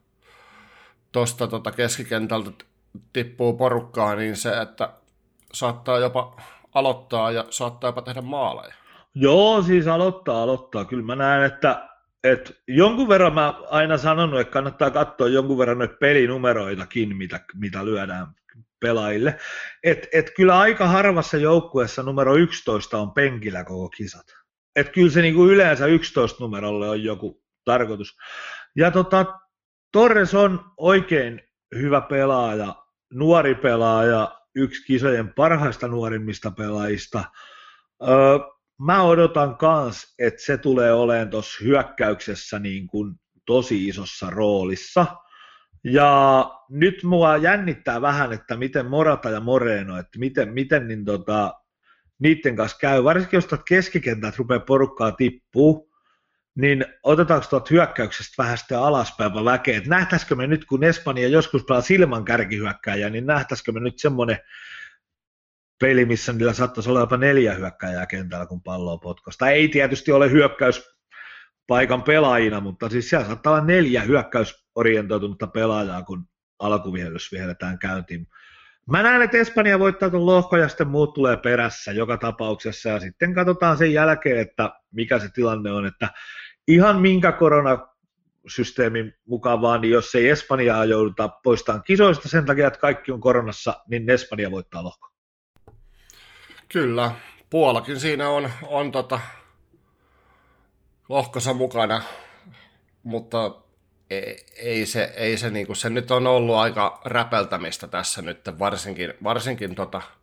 tuosta keskikentältä tippuu porukkaa, niin se, että saattaa jopa aloittaa ja saattaa jopa tehdä maaleja. Joo, siis aloittaa. Kyllä mä näen, että jonkun verran mä aina sanonut, että kannattaa katsoa jonkun verran noita pelinumeroitakin, mitä lyödään pelaajille. Et kyllä aika harvassa joukkueessa numero 11 on penkillä koko kisat. Et kyllä se niinku yleensä 11 numerolle on joku tarkoitus. Ja Torres on oikein hyvä pelaaja, nuori pelaaja, yksi kisojen parhaista nuorimmista pelaajista. Mä odotan kans, että se tulee olemaan tuossa hyökkäyksessä niin kuin tosi isossa roolissa. Ja nyt mua jännittää vähän, että miten Morata ja Moreno, että miten niin niiden kanssa käy. Varsinkin jos keskikentät rupeaa porukkaa tippuu, niin otetaanko tuolta hyökkäyksestä vähän sitten alaspäin väkeä, että nähtäisikö me nyt, kun Espanja joskus pelaa silman kärkihyökkääjää, niin nähtäisikö me nyt semmoinen peli, missä niillä saattaisi olla jopa 4 hyökkääjää kentällä, kun palloa potkosta. Ei tietysti ole hyökkäyspaikan pelaajina, mutta siis siellä saattaa olla 4 hyökkäysorientoitunutta pelaajaa, kun alkuvihellys vihelletään käyntiin. Mä näen, että Espanja voittaa tuon lohkon ja sitten muut tulee perässä joka tapauksessa ja sitten katsotaan sen jälkeen, että mikä se tilanne on, että ihan minkä koronasysteemin mukaan vaan, niin jos ei Espanjaa jouduta poistamaan kisoista sen takia, että kaikki on koronassa, niin Espanja voittaa lohko. Kyllä, Puolakin siinä on lohkossa mukana, mutta ei se niinku, se nyt on ollut aika räpeltämistä tässä nyt, varsinkin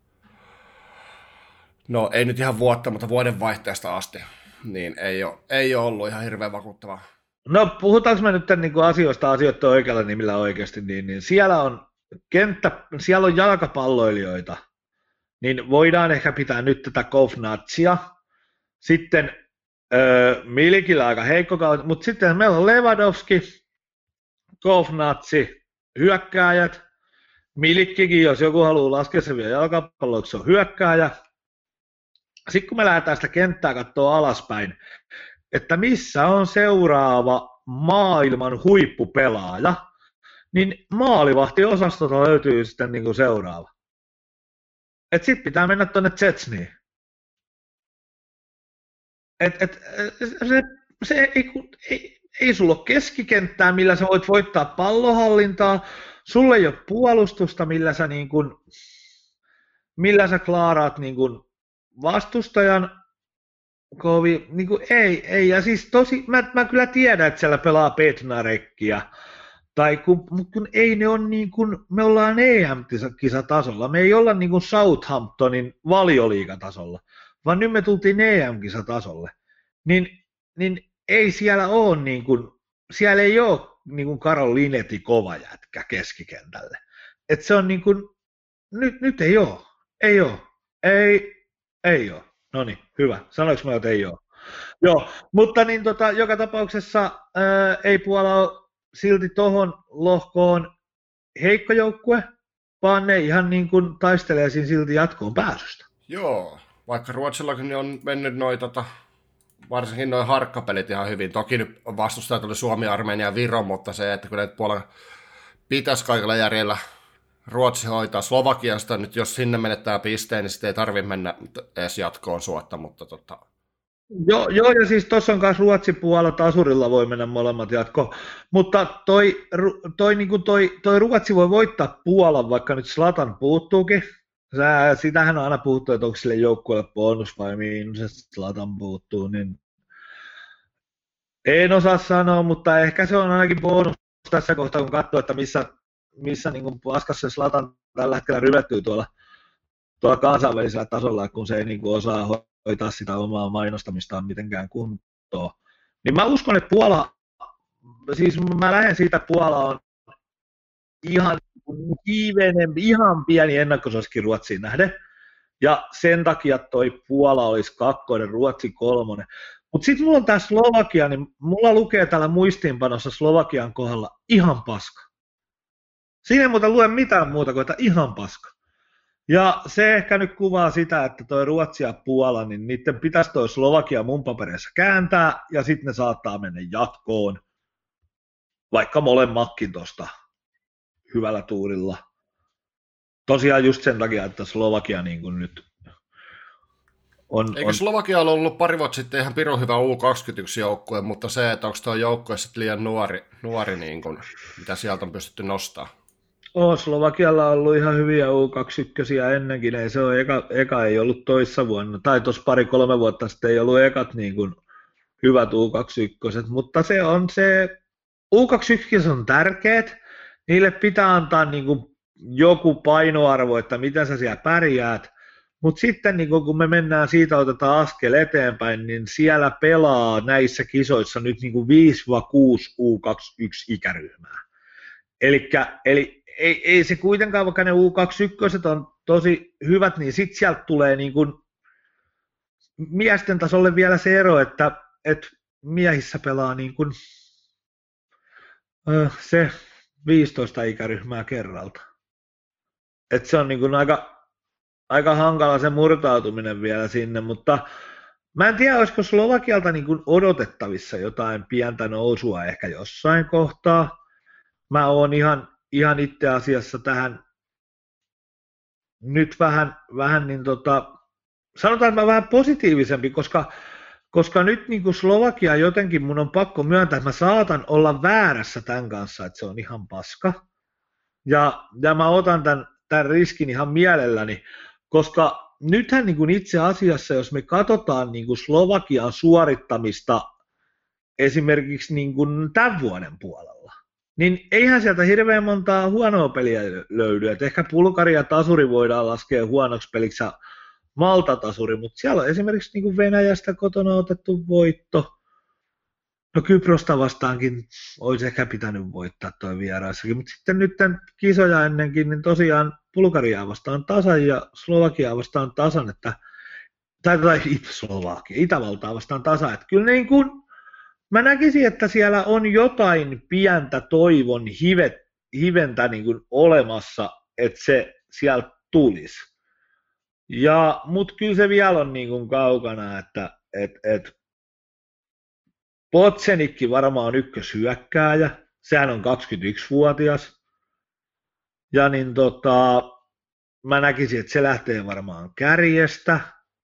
no ei nyt ihan vuotta, mutta vuodenvaihteesta asti, niin ei ole ollut ihan hirveän vakuuttavaa. No puhutaanko me nyt niin asioista oikealla nimillä oikeasti, niin siellä on siellä on jalkapalloilijoita, niin voidaan ehkä pitää nyt tätä Kovnatsia. Sitten Milikillä aika heikko kausi, mutta sitten meillä on Lewandowski, Kovnatsi, hyökkääjät. Milikkikin, jos joku haluaa laskea se vielä jalkapalloiksi, se on hyökkääjä. Sitten kun me lähdetään sitä kenttää katsoa alaspäin, että missä on seuraava maailman huippupelaaja, niin maalivahtiosastolta löytyy sitten niin kuin seuraava. Et sit pitää mennä tuonne Zetsniin. Ei sulla ole keskikenttää, millä sä voit voittaa pallohallintaa, sulla ei ole puolustusta, millä sä klaaraat niin kuin vastustajan niin kuin ei, ja siis mä kyllä tiedän, että siellä pelaa Bednarekkiä, tai kun ei ne on niin kuin, me ollaan EM-kisatasolla, me ei olla niin kuin Southamptonin valioliigatasolla, vaan nyt me tultiin EM-kisatasolle, niin ei siellä ole niin kuin, siellä ei ole niin kuin Karol Linetti kova jätkä keskikentälle, että se on niin kuin, nyt ei ole, no niin, hyvä, sanoinko mä, että ei ole? Joo, mutta niin joka tapauksessa ei Puola ole silti tohon lohkoon heikko joukkue, vaan ne ihan niin kuin taistelee siinä silti jatkoon pääsystä. Joo, vaikka Ruotsillakin on mennyt varsinkin noin harkkapelit ihan hyvin. Toki nyt vastustajat oli Suomi, Armenia ja Viro, mutta se, että kyllä Puolan pitäisi kaikilla järjellä Ruotsi hoitaa Slovakiasta. Nyt jos sinne menettää pisteen, niin sitten ei tarvitse mennä edes jatkoon suotta, mutta Joo, ja siis tuossa on myös Ruotsi-Puola, tasurilla voi mennä molemmat jatkoon, mutta toi Ruotsi voi voittaa Puolan, vaikka nyt Zlatan puuttuukin. Sitähän on aina puhuttu, että onko sille joukkueelle bonus vai miinus, että Zlatan puuttuu, niin en osaa sanoa, mutta ehkä se on ainakin bonus tässä kohtaa, kun katsoo, että missä niin paskassa se Zlatan tällä hetkellä ryvettyy tuolla kansainvälisellä tasolla, kun se ei niin osaa hoitaa sitä omaa mainostamistaan mitenkään kuntoon. Niin mä uskon, että siis mä lähden siitä, että Puola on ihan kiiveinen, ihan pieni ennakkosuosikki Ruotsiin nähden. Ja sen takia toi Puola olisi 2, Ruotsi 3. Mutta sitten mulla on tää Slovakia, niin mulla lukee täällä muistiinpanossa Slovakian kohdalla ihan paska. Siinä ei muuta lue mitään muuta kuin, että ihan paska. Ja se ehkä nyt kuvaa sitä, että toi Ruotsi ja Puola, niin niiden pitäisi toi Slovakia mun papereissa kääntää, ja sitten ne saattaa mennä jatkoon, vaikka molemmatkin tosta hyvällä tuurilla. Tosiaan just sen takia, että Slovakia niin kuin nyt on... Eikö Slovakialla ollut pari vuotta sitten ihan pirun hyvä U21-joukkue, mutta se, että onko tuo joukkue sitten liian nuori niin kuin, mitä sieltä on pystytty nostamaan? Slovakialla on ollut ihan hyviä U21 ennenkin, ei se ole eka ei ollut toissa vuonna, tai tuossa 2-3 vuotta sitten ei ollut ekat niin kuin hyvät U21, mutta se U21 on tärkeät, niille pitää antaa niin kuin joku painoarvo, että miten sä siellä pärjäät, mutta sitten niin kun me mennään siitä, otetaan askel eteenpäin, niin siellä pelaa näissä kisoissa nyt niin kuin 5-6 U21-ikäryhmää. Eli ei se kuitenkaan, vaikka ne U21 on tosi hyvät, niin sitten sieltä tulee niin kuin miesten tasolle vielä se ero, että miehissä pelaa niin kuin, se 15 ikäryhmää kerralta. Et se on niin kuin aika hankala se murtautuminen vielä sinne, mutta mä en tiedä, olisiko Slovakialta niin kuin odotettavissa jotain pientä nousua ehkä jossain kohtaa. Mä oon ihan itse asiassa tähän nyt vähän niin sanotaan, että mä vähän positiivisempi, koska nyt niin kuin Slovakia jotenkin mun on pakko myöntää, että mä saatan olla väärässä tämän kanssa, että se on ihan paska. Ja mä otan tämän riskin ihan mielelläni, koska nythän niin kuin itse asiassa, jos me katsotaan niin kuin Slovakian suorittamista esimerkiksi niin kuin tämän vuoden puolella, niin eihän sieltä hirveän montaa huonoa peliä löydy. Et ehkä Bulgari ja tasuri voidaan laskea huonoksi peliksi ja Malta-tasuri, mutta siellä on esimerkiksi niin kuin Venäjästä kotona otettu voitto. No Kyprosta vastaankin olisi ehkä pitänyt voittaa toi vieraissakin, mutta sitten nyt kisoja ennenkin, niin tosiaan Bulgariaa vastaan tasan ja Slovakiaa vastaan tasan, tai Slovakia, Itävaltaa vastaan tasan, että kyllä niin kuin, mä näkisin, että siellä on jotain pientä toivon hiventä niin kuin olemassa, että se sieltä tulisi. Mutta kyllä se vielä on niin kuin kaukana, että Potsenikki varmaan on ykköshyökkääjä, sehän on 21-vuotias, ja niin mä näkisin, että se lähtee varmaan kärjestä.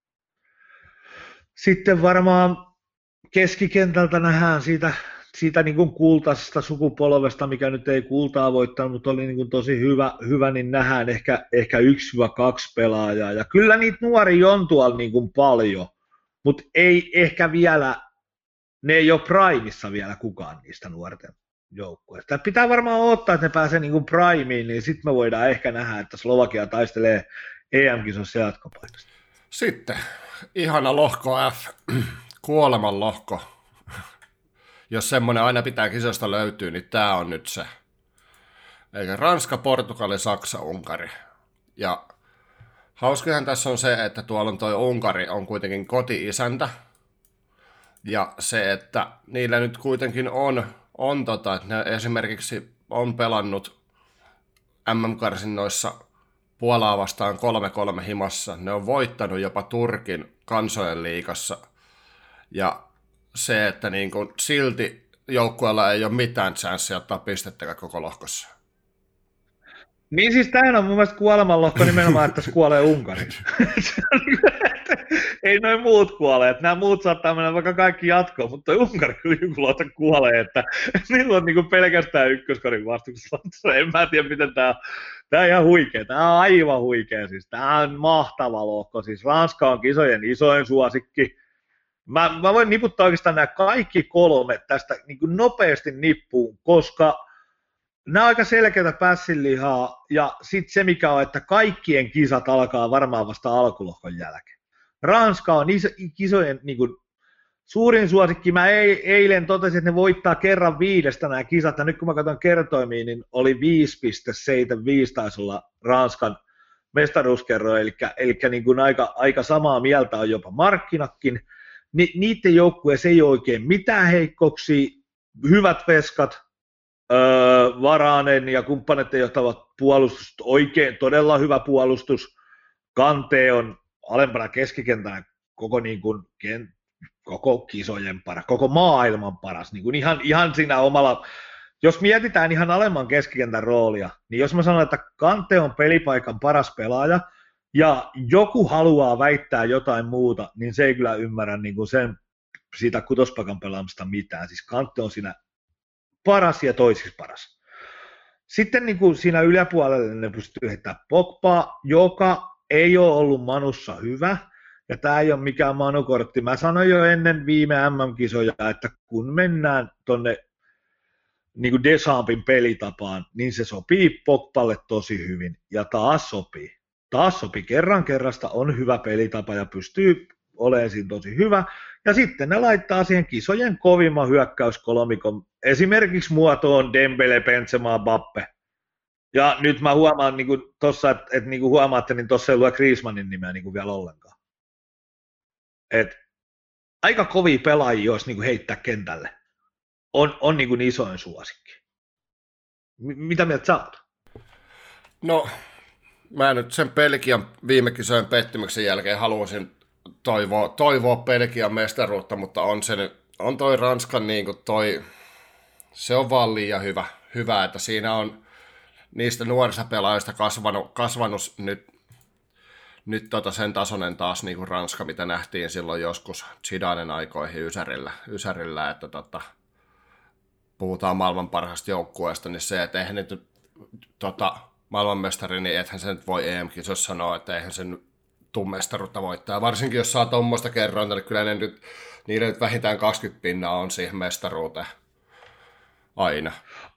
Sitten varmaan keskikentältä nähdään siitä niin kuin kultaisesta sukupolvesta, mikä nyt ei kultaa voittanut, mutta oli niin kuin tosi hyvä, niin nähdään ehkä 1-2 pelaajaa. Ja kyllä niitä nuoria on tuolla niin kuin paljon, mutta ei ehkä vielä, ne ei ole primissa vielä kukaan niistä nuorten joukkueista. Pitää varmaan odottaa, että ne pääsee niin kuin primeen, niin sitten me voidaan ehkä nähdä, että Slovakia taistelee EM-kisossa jatkopaikasta. Sitten ihana lohko F, kuoleman lohko. Jos semmoinen aina pitää kisosta löytyä, niin tämä on nyt se. Eikä Ranska, Portugali, Saksa, Unkari. Ja hauskihan tässä on se, että tuolla on toi Unkari on kuitenkin koti-isäntä. Ja se, että niillä nyt kuitenkin on että ne esimerkiksi on pelannut MM-karsinnoissa Puolaa vastaan 3-3 himassa. Ne on voittanut jopa Turkin kansojen liigassa. Ja se, että niin kuin silti joukkueella ei ole mitään chanssia ottaa pistettäkään koko lohkossa. Niin siis tämähän on mun mielestä kuolemanlohko nimenomaan, että se kuolee Unkariin. Ei noin muut kuole, että nämä muut saattaa mennä vaikka kaikki jatkoon, mutta toi Unkari kyllä jukulauta kuolee, että niillä on niinku pelkästään ykköskorin vastuksessa. En mä tiedä, miten tää on ihan huikea, tää on aivan huikea, siis tää on mahtava lohko, siis Ranska on kisojen isoin suosikki. Mä voin niputtaa oikeastaan nämä kaikki 3 tästä niin kuin nopeasti nippuun, koska nämä on aika selkeätä pässinlihaa, ja sitten se mikä on, että kaikkien kisat alkaa varmaan vasta alkulohkon jälkeen. Ranska on kisojen niin kuin, suurin suosikki. Mä eilen totesin, että ne voittaa kerran 5 nämä kisat, ja nyt kun mä katson kertoimia, niin oli 5,75 taisi olla Ranskan mestaruuskerro, eli niin kuin aika samaa mieltä on jopa markkinakin. Niiden joukkueessa ei ole oikein mitään heikkouksia, hyvät veskat, Varanen ja kumppanit johtavat puolustus, oikein todella hyvä puolustus, Kante on alempana keskikentänä koko kisojen paras, koko maailman paras, niin kuin ihan siinä omalla, jos mietitään ihan alemman keskikentän roolia, niin jos mä sanon, että Kante on pelipaikan paras pelaaja, ja joku haluaa väittää jotain muuta, niin se ei kyllä ymmärrä niin kuin siitä kutospaikan pelaamista mitään. Siis Kante on siinä paras ja toisiksi paras. Sitten niin kuin siinä yläpuolelle ne pystyy heittämään Pogbaa, joka ei ole ollut Manussa hyvä, ja tämä ei ole mikään Manu-kortti. Mä sanoin jo ennen viime MM-kisoja, että kun mennään tuonne niin kuin Deschampsin pelitapaan, niin se sopii Pogballe tosi hyvin, ja taas sopii kerrasta, on hyvä pelitapa ja pystyy olemaan siinä tosi hyvä. Ja sitten ne laittaa siihen kisojen kovimman hyökkäyskolmikon, esimerkiksi muotoon Dembele, Benzema, Mbappe. Ja nyt mä huomaan niin tuossa, että niin kuin huomaatte, niin tuossa ei lue Griezmannin nimeä niin kuin vielä ollenkaan. aika kovia pelaajia olisi niin kuin heittää kentälle. On niin kuin isoin suosikki. Mitä mieltä sä oot? No, mä nyt sen Belgian viime kisojen pettymyksen jälkeen haluaisin toivoa Belgian mestaruutta, mutta on toi Ranskan niin kuin se on vaan liian hyvä, että siinä on niistä nuorista pelaajista kasvanut nyt sen tasoinen taas niin kuin Ranska, mitä nähtiin silloin joskus Zidanen aikoihin Ysärillä, että puhutaan maailman parhaasta joukkueesta, niin se, että eihän nyt maailmanmestari, niin ethän se nyt voi EM-kisossa sanoa, että eihän se tuu mestaruutta voittaa. Varsinkin jos saa tuommoista kerrointa, niin kyllä niiden nyt vähintään 20 pinnaa on siihen mestaruuteen aina.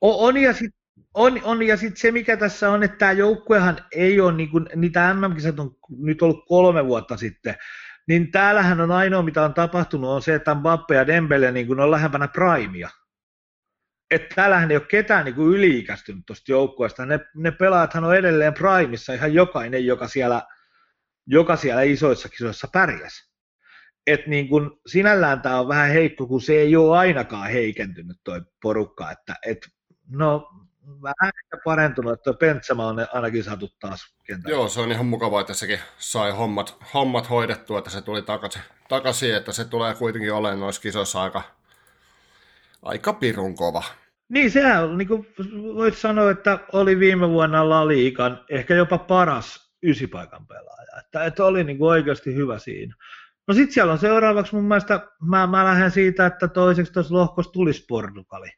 On ja sitten se, mikä tässä on, että tämä joukkuehan ei ole, niin kuin, niitä MM-kisat on nyt ollut 3 vuotta sitten, niin täällähän on ainoa, mitä on tapahtunut, on se, että Mbappé ja Dembele niin kuin on lähempänä primea. Että täällähän ei ole ketään niin kuin yli-ikäistynyt tuosta joukkueesta. Ne pelaajathan on edelleen primissa ihan jokainen, joka siellä isoissa kisoissa pärjäsi. Että niin kun sinällään tämä on vähän heikko, kun se ei ole ainakaan heikentynyt toi porukka. No vähän ehkä parentunut, että Pentsama on ainakin saatu taas kentällä. Joo, se on ihan mukavaa, että sekin sai hommat hoidettua, että se tuli takaisin, että se tulee kuitenkin olemaan noissa kisoissa aika pirun kova. Niin, sehän on, niin kuin voit sanoa, että oli viime vuonna La Ligan ehkä jopa paras 9-paikan pelaaja, että oli niin kuin oikeasti hyvä siinä. No sitten siellä on seuraavaksi mun mielestä, mä lähden siitä, että toiseksi tuossa lohkossa tulisi Portugali.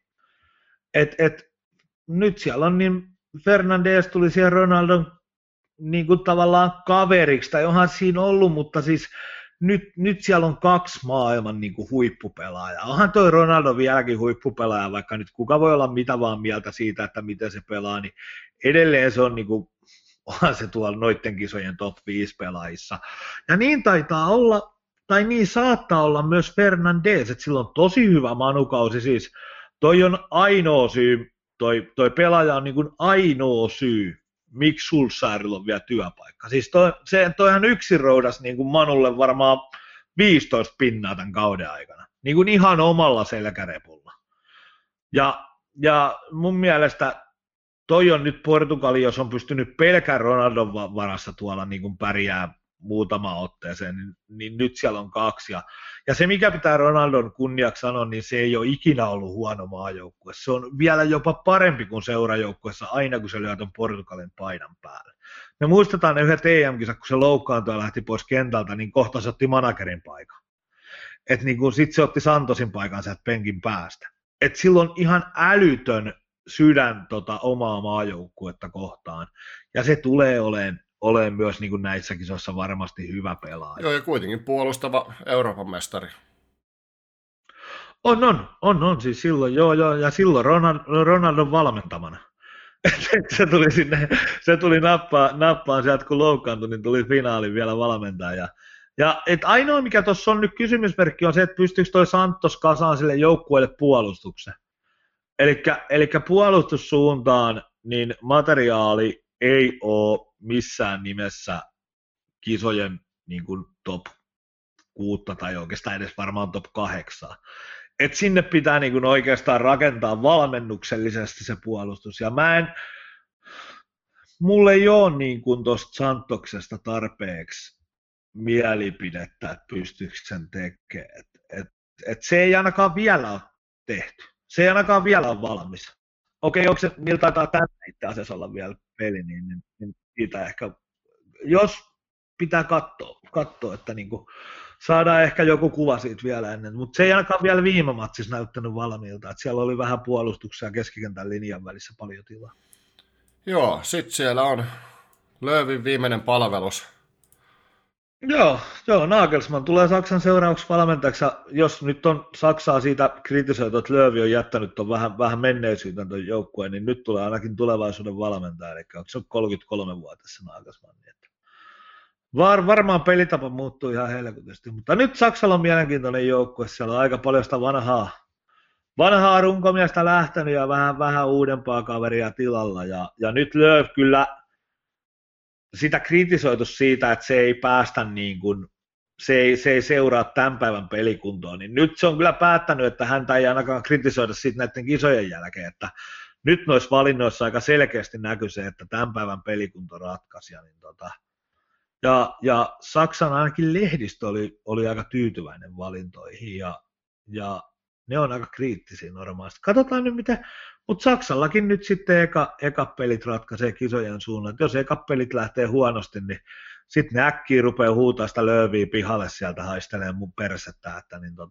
Nyt siellä on niin, Fernandes tuli siihen Ronaldon niin kuin tavallaan kaveriksi, tai onhan siinä ollut, mutta siis nyt siellä on 2 maailman niin kuin huippupelaajaa. Onhan toi Ronaldo vieläkin huippupelaaja, vaikka nyt kuka voi olla mitä vaan mieltä siitä, että miten se pelaa, niin edelleen se on niin kuin, onhan se tuolla noitten kisojen top 5 pelaajissa. Ja niin taitaa olla, tai niin saattaa olla myös Fernandes, että sillä on tosi hyvä manukausi, siis toi on ainoa syy, toi pelaaja on niin kuin ainoa syy, miksi Solskjaerilla on vielä työpaikka. Siis toihan yksin roudas niin kuin Manulle varmaan 15 pinnaa tämän kauden aikana, niin kuin ihan omalla selkärepulla. Ja mun mielestä toi on nyt Portugali, jos on pystynyt pelkän Ronaldon varassa tuolla niin kuin pärjää muutamaan otteeseen, niin nyt siellä on 2. Ja se, mikä pitää Ronaldon kunniaksi sanoa, niin se ei ole ikinä ollut huono maajoukkue. Se on vielä jopa parempi kuin seurajoukkueessa aina, kun se lyö ton Portugalin painan päälle. Me muistetaan ne yhdet EM-kisat, kun se loukkaantui ja lähti pois kentältä, niin kohta se otti managerin paikan. Että niin sitten se otti Santosin paikan sieltä penkin päästä. Että silloin ihan älytön sydän omaa maajoukkuetta kohtaan. Ja se tulee olen myös niin kuin näissä kisoissa varmasti hyvä pelaaja. Joo, ja kuitenkin puolustava Euroopan mestari. On, siis silloin, joo, ja silloin Ronaldon valmentamana. se tuli nappaan sieltä, kun loukkaantui, niin tuli finaaliin vielä valmentaa. Ja ainoa, mikä tuossa on nyt kysymysmerkki, on se, että pystyykö toi Santos kasaan sille joukkueelle puolustuksen. Eli puolustussuuntaan, niin materiaali ei ole missään nimessä kisojen niin kuin top 6 tai oikeastaan edes varmaan top 8. Et sinne pitää niin kuin oikeastaan rakentaa valmennuksellisesti se puolustus. Ja mulla ei ole niin kuin tuosta Santoksesta tarpeeksi mielipidettä, että pystyykö sen tekemään. Et se ei ainakaan vielä ole tehty. Se ei ainakaan vielä ole valmis. Okei, onko se, miltä taitaa tänne itse asiassa olla vielä peli, niin siitä ehkä, jos pitää katsoa että niinku saadaan ehkä joku kuva siitä vielä ennen, mutta se ei ainakaan vielä viime matsissa näyttänyt valmiilta, että siellä oli vähän puolustuksia ja keskikentän linjan välissä paljon tilaa. Joo, sitten siellä on Löövin viimeinen palvelus. Joo, Nagelsmann tulee Saksan seuraavaksi valmentajaksi, jos nyt on Saksaa siitä kritisoitu, että Löövi on jättänyt on vähän menneisyyttä tuon joukkueen, niin nyt tulee ainakin tulevaisuuden valmentaja, eli onko se 33-vuotias Nagelsmann. Varmaan pelitapa muuttuu ihan helkutisesti, mutta nyt Saksalla on mielenkiintoinen joukkue, siellä on aika paljon sitä vanhaa runkomiestä lähtenyt ja vähän uudempaa kaveria tilalla, ja nyt Lööv kyllä sitä kritisoitu siitä, että se ei päästä niin kuin se ei seuraa tämän päivän pelikuntoa, niin nyt se on kyllä päättänyt, että häntä ei ainakaan kritisoida siitä näiden kisojen jälkeen, että nyt noissa valinnoissa aika selkeästi näkyy se, että tämän päivän pelikunto ratkaisi. Niin ja Saksan ainakin lehdistö oli aika tyytyväinen valintoihin, ja ne on aika kriittisiä normaalisti. Katsotaan nyt miten, mutta Saksallakin nyt sitten eka pelit ratkaisee kisojen suunnan. Jos eka pelit lähtee huonosti, niin sitten ne äkkiä rupeaa huutaa sitä lööviä pihalle sieltä haistelee mun persettä, että niin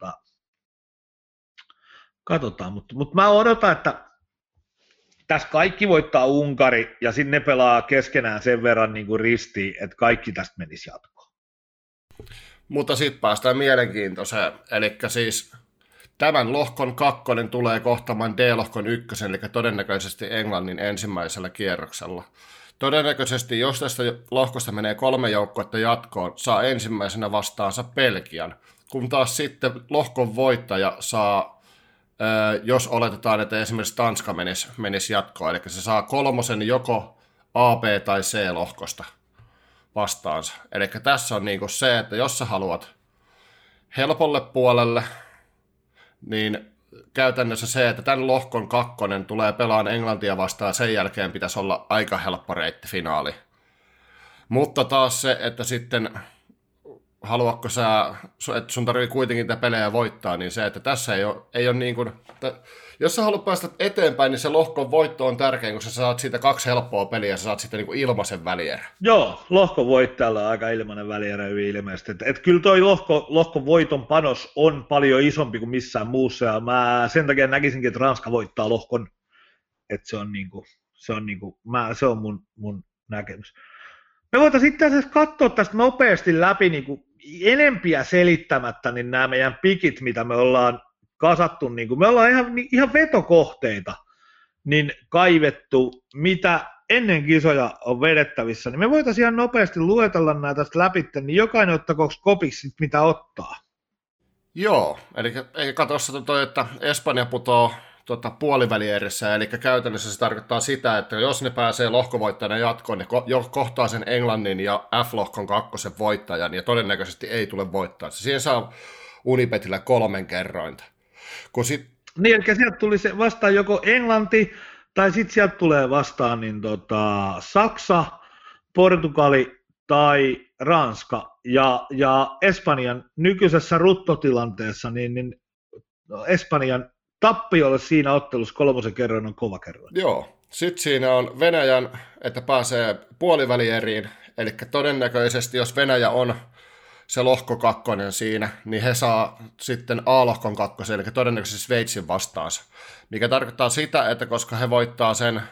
katsotaan. Mutta mä odotan, että tässä kaikki voittaa Unkari, ja sitten ne pelaa keskenään sen verran niin kuin ristiin, että kaikki tästä menisi jatkoon. Mutta sitten päästään mielenkiintoiseen, eli siis tämän lohkon 2 tulee kohtamaan D-lohkon 1, eli todennäköisesti Englannin ensimmäisellä kierroksella. Todennäköisesti, jos tästä lohkosta menee 3 joukkuetta jatkoon, saa ensimmäisenä vastaansa Belgian, kun taas sitten lohkon voittaja saa, jos oletetaan, että esimerkiksi Tanska menisi jatkoon, eli se saa 3 joko A, B tai C-lohkosta vastaansa. Eli tässä on niinku se, että jos sä haluat helpolle puolelle, niin käytännössä se, että tämän lohkon 2 tulee pelaan Englantia vastaan, sen jälkeen pitäisi olla aika helppo reitti finaali. Mutta taas se, että sitten haluatko sä, että sun tarvii kuitenkin tätä pelejä voittaa, niin se, että tässä ei ole niin kuin, jos sä haluat päästä eteenpäin, niin se lohkon voitto on tärkein, koska sä saat siitä 2 helppoa peliä ja sä saat sitten niin kuin ilmaisen välierä. Joo, lohkon voittajalla on aika ilmainen välierä hyvin ilmeisesti. Et kyllä toi lohkon voiton panos on paljon isompi kuin missään muussa, ja mä sen takia näkisinkin, että Ranska voittaa lohkon, että se on mun näkemys. Me voitaisiin itse asiassa katsoa tästä nopeasti läpi niin kuin enempiä selittämättä, niin nämä meidän pikit, mitä me ollaan kasattu, niin kuin me ollaan ihan vetokohteita niin kaivettu, mitä ennen kisoja on vedettävissä, niin me voitaisiin ihan nopeasti luetella nämä tästä läpi, niin jokainen ottakoksi kopiksi, mitä ottaa. Joo, eli katsossa että Espanja putoo puolivälierissä, eli käytännössä se tarkoittaa sitä, että jos ne pääsee lohkovoittajana jatkoon, ne kohtaa sen Englannin ja F-lohkon 2 voittajan, ja todennäköisesti ei tule voittaa. Siihen saa Unibetillä 3 kerrointa. Niin, eli sieltä tuli se vastaan joko Englanti, tai sitten sieltä tulee vastaan niin Saksa, Portugali tai Ranska, ja Espanjan nykyisessä ruttotilanteessa, niin Espanjan tappiolle siinä ottelussa 3 kerroin on kova kerroin. Joo, sitten siinä on Venäjän, että pääsee puolivälieriin, eli todennäköisesti jos Venäjä on se lohko 2 siinä, niin he saa sitten A-lohkon 2, eli todennäköisesti Sveitsin vastaansa, mikä tarkoittaa sitä, että koska he voittaa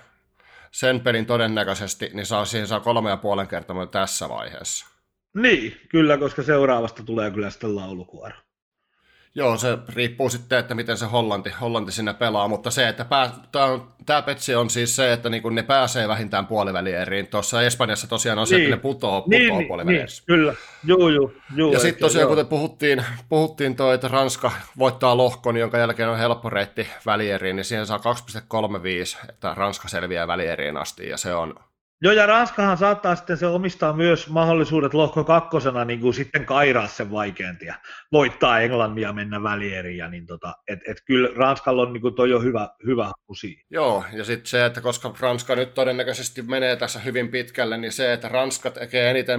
sen pelin todennäköisesti, niin siihen saa 3,5 kertaa tässä vaiheessa. Niin, kyllä, koska seuraavasta tulee kyllä sitten laulukuoro. Joo, se riippuu sitten, että miten se Hollanti sinne pelaa, mutta se, että tämä petsi on siis se, että niin ne pääsee vähintään puolivälieriin. Tuossa Espanjassa tosiaan on se, että ne putoo puolivälierissä. Niin, kyllä, joo. Ja sitten tosiaan, kuten puhuttiin että Ranska voittaa lohkon, jonka jälkeen on helppo reitti välieriin, niin siihen saa 2,35, että Ranska selviää välieriin asti, ja se on... Joo, ja Ranskahan saattaa sitten, se omistaa myös mahdollisuudet lohko 2 niin kuin sitten kairaa sen vaikeantia, voittaa Englantia mennä välieriin, ja niin et kyllä Ranskalla on niin kuin toi jo hyvä kusi. Joo, ja sitten se, että koska Ranska nyt todennäköisesti menee tässä hyvin pitkälle, niin se, että Ranska tekee eniten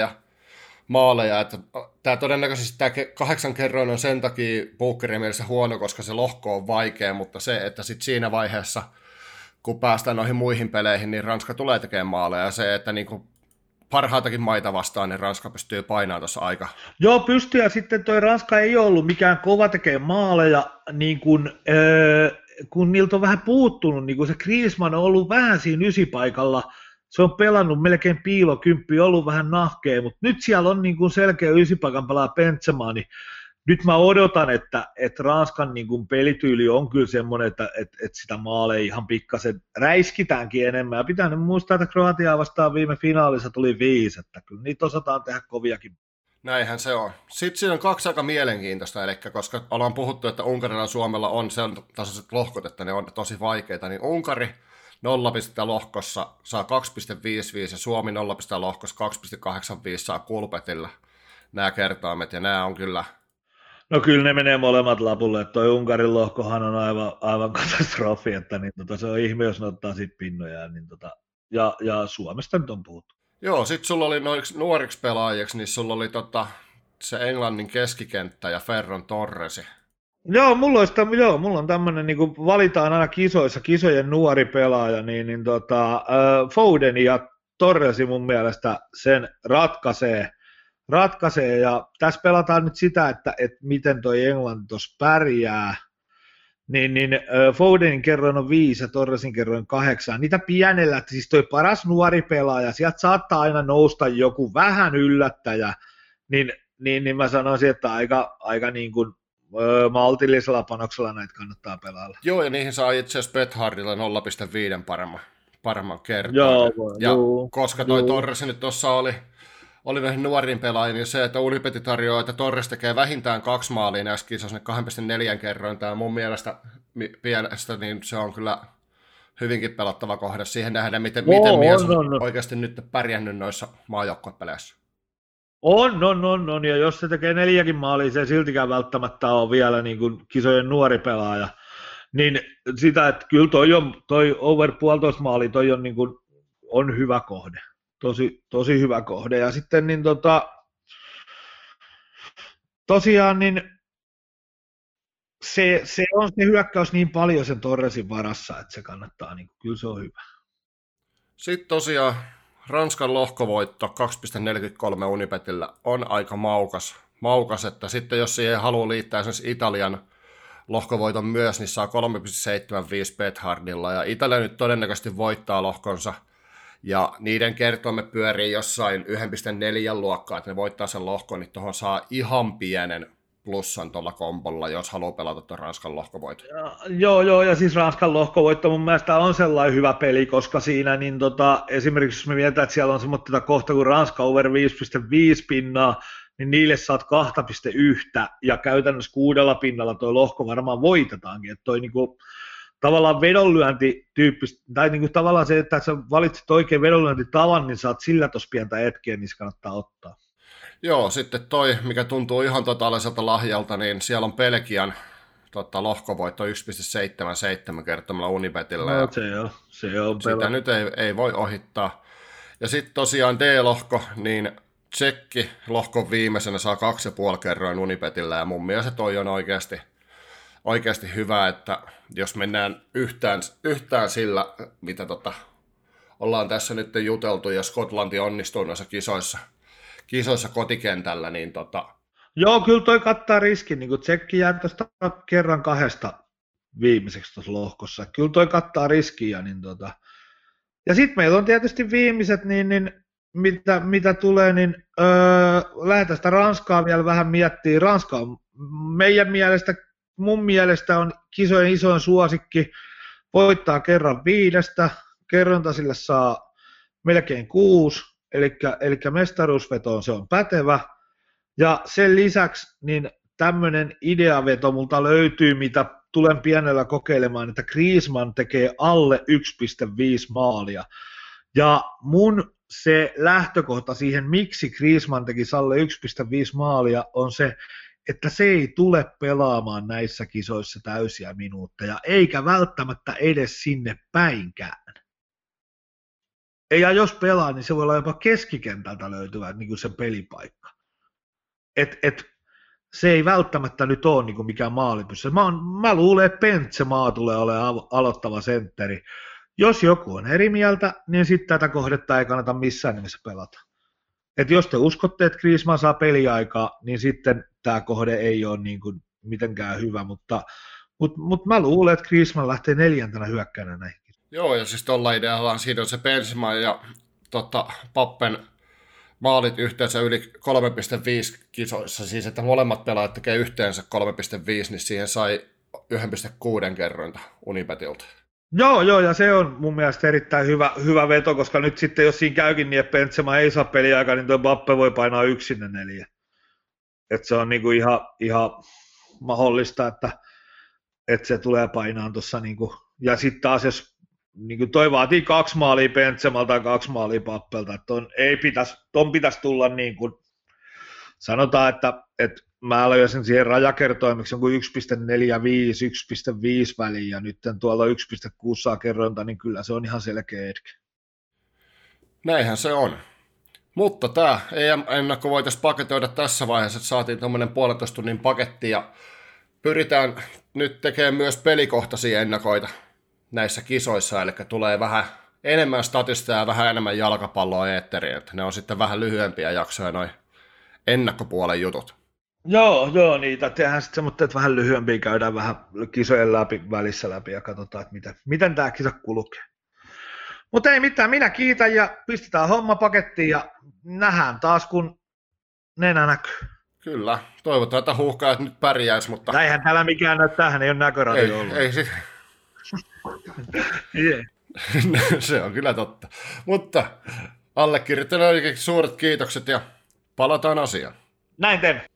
maaleja, että tämä todennäköisesti tämä 8 kerroin on sen takia pokerin mielessä huono, koska se lohko on vaikea, mutta se, että sitten siinä vaiheessa kun päästään noihin muihin peleihin, niin Ranska tulee tekemään maaleja, ja se, että niin kuin parhaitakin maita vastaan, niin Ranska pystyy painamaan tuossa aika. Joo, pystyy, ja sitten toi Ranska ei ollut mikään kova tekemään maaleja, niin kun niiltä on vähän puuttunut, niin kun se Griezmann on ollut vähän siinä 9-paikalla, se on pelannut melkein piilokymppi, ollut vähän nahkea, mutta nyt siellä on niin kuin selkeä 9-paikan pelaa Benzema, niin nyt mä odotan, että Ranskan niin kuin pelityyli on kyllä semmoinen, että sitä maaleja ihan pikkasen räiskitäänkin enemmän. Ja pitää nyt muistaa, että Kroatiaa vastaan viime finaalissa tuli 5, että kyllä niitä osataan tehdä koviakin. Näinhän se on. Sitten siinä on 2 aika mielenkiintoista, eli koska ollaan puhuttu, että Unkarilla ja Suomella on sen tasaiset lohkot, että ne on tosi vaikeita, niin Unkari 0 pistettä lohkossa saa 2,55 ja Suomi 0 pistettä lohkossa 2,85 saa Kulpetilla. nämä kertoimet, ja nämä on kyllä... No kyllä ne menee molemmat lapulle, että toi Unkarin lohkohan on aivan katastrofi, että niin, se on ihme, jos ne ottaa siitä pinnoja, niin, ja Suomesta nyt on puhuttu. Joo, sit sulla oli noiksi nuoriksi pelaajiksi, niin sulla oli se Englannin keskikenttä ja Ferran Torresi. Joo, mulla on tämmöinen, niin kuin valitaan aina kisojen nuori pelaaja, niin Foden ja Torresi mun mielestä sen ratkaisee, ja tässä pelataan nyt sitä, että miten toi Englanti tuossa pärjää, niin Fodenin kerroin on 5 ja Torresin kerroin 8. Niitä pienellä, että siis toi paras nuori pelaaja, sieltä saattaa aina nousta joku vähän yllättäjä, niin mä sanoisin, että aika niin kuin maltillisella panoksella näitä kannattaa pelailla. Joo, ja niihin saa itse asiassa Bethardilla 0,5 paremman kertaa. Ja koska toi Torresi nyt tuossa oli näihin nuoriin pelaajiin, niin se, että Unibet tarjoaa, että Torres tekee vähintään 2 maalia näissä kisoissa, 2,4 kerroin. Tämä mun mielestä niin se on kyllä hyvinkin pelattava kohde siihen nähdä, miten mies on oikeasti nyt pärjännyt noissa maajoukkuepeleissä. On, ja jos se tekee 4 maalia, se ei siltikään välttämättä ole vielä niin kuin kisojen nuori pelaaja. Niin sitä, että kyllä toi over 1,5 maalia, toi on, niin kuin, on hyvä kohde. Tosi hyvä kohde. Ja sitten niin tosiaan niin se on se hyökkäys niin paljon sen Torresin varassa, että se kannattaa, niin kyllä se on hyvä. Sitten tosiaan Ranskan lohkovoitto 2,43 Unibetillä on aika maukas, että sitten jos siihen haluaa liittää esimerkiksi Italian lohkovoiton myös, niin saa 3,75 Bethardilla, ja Italia nyt todennäköisesti voittaa lohkonsa, ja niiden kertoimet pyörii jossain 1,4 luokkaa, että ne voittaa sen lohkon, niin tuohon saa ihan pienen plussan tuolla kompolla, jos haluaa pelata tuon Ranskan lohkovoiton. Joo, ja siis Ranskan lohkovoitto mun mielestä on sellainen hyvä peli, koska siinä niin esimerkiksi jos me mietitään, että siellä on semmoista kohta kuin Ranska over 5,5 pinnaa, niin niille saat 2,1, ja käytännössä 6 pinnalla toi lohko varmaan voitetaankin, että toi niinku tavallaan vedonlyöntityyppistä, tai niinku tavallaan se, että sä valitset oikein vedonlyöntitavan, niin saat sillä tossa pientä etkeä, niin se kannattaa ottaa. Joo, sitten toi, mikä tuntuu ihan totaaliselta lahjalta, niin siellä on Belgian lohkovoitto 1,77 kertomalla Unibetillä. No, se on sitä nyt ei voi ohittaa. Ja sitten tosiaan D-lohko, niin Tsekki lohkon viimeisenä saa 2,5 kerroin Unibetillä, ja mun mielestä toi on oikeasti hyvä, että jos mennään yhtään sillä, mitä ollaan tässä nyt juteltu, ja Skotlanti onnistuu noissa kisoissa kotikentällä, niin Joo, kyllä toi kattaa riskin, niin kun Tsekki jää tästä kerran 2 viimeiseksi tuossa lohkossa. Kyllä toi kattaa riskiä. Niin Ja sitten meillä on tietysti viimeiset, niin mitä tulee, niin lähdetään sitä Ranskaa vielä vähän miettimään. Ranska on mun mielestä on kisojen isoin suosikki, voittaa kerran 5, kerronta sille saa melkein 6, eli mestaruusvetoon se on pätevä. Ja sen lisäksi niin tämmöinen ideaveto multa löytyy, mitä tulen pienellä kokeilemaan, että Griezmann tekee alle 1,5 maalia. Ja mun se lähtökohta siihen, miksi Griezmann tekisi alle 1,5 maalia, on se, että se ei tule pelaamaan näissä kisoissa täysiä minuutteja, eikä välttämättä edes sinne päinkään. Ja jos pelaa, niin se voi olla jopa keskikentältä löytyvä niin kuin se pelipaikka. Se ei välttämättä nyt ole niin kuin mikään maalipyssy. Mä luulen, että Benzema tulee olemaan aloittava sentteri. Jos joku on eri mieltä, niin sitten tätä kohdetta ei kannata missään nimessä pelata. Et jos te uskotte, että Griezmann saa peliaikaa, niin sitten tämä kohde ei ole niin kuin mitenkään hyvä, mutta mä luulen, että Griezmann lähtee 4. hyökkäänä näihin. Joo, ja siis tuolla idealla siinä on se Benzema ja Pappen maalit yhteensä yli 3,5 kisoissa, siis että molemmat pelaajat tekee yhteensä 3,5, niin siihen sai 1,6 kerrointa Unibetilta. Joo, ja se on mun mielestä erittäin hyvä veto, koska nyt sitten jos siinä käykin niin, että Benzema ei saa peliaikaa, niin tuo Pappe voi painaa 1/4. Että se on niinku ihan mahdollista, että se tulee painaan tuossa, niinku, ja sitten taas jos niin toi vaatii 2 maalia Benzemalta ja 2 maalia Pappelta, että ton pitäisi tulla niin kuin sanotaan, että mä aloin sen siihen rajakertoimiksi jonkun 1,45, 1,5 väliin, ja nyt tuolla 1,6 saa kerrointa, niin kyllä se on ihan selkeä etki. Näinhän se on. Mutta tämä EM-ennakko voitaisiin paketoida tässä vaiheessa, että saatiin tuommoinen 1,5 tunnin paketti, ja pyritään nyt tekemään myös pelikohtaisia ennakoita näissä kisoissa, eli tulee vähän enemmän statista ja vähän enemmän jalkapalloa eetteriin, että ne on sitten vähän lyhyempiä jaksoja noin ennakkopuolen jutut. Joo, niitä tehdään sitten semmoista, että vähän lyhyempiä käydään vähän kisojen välissä läpi ja katsotaan, että miten tämä kisa kulkee. Mutta ei mitään, minä kiitän ja pistetään homma pakettiin ja nähdään taas, kun nenä näkyy. Kyllä, toivotaan, että huuhkajat nyt pärjäisi, mutta... Näinhän täällä mikään näy, tähän ei ole näköradio ollut. Ei sit... Yeah. Se on kyllä totta. Mutta allekirjoittaneille suuret kiitokset ja palataan asiaan. Näin teemme.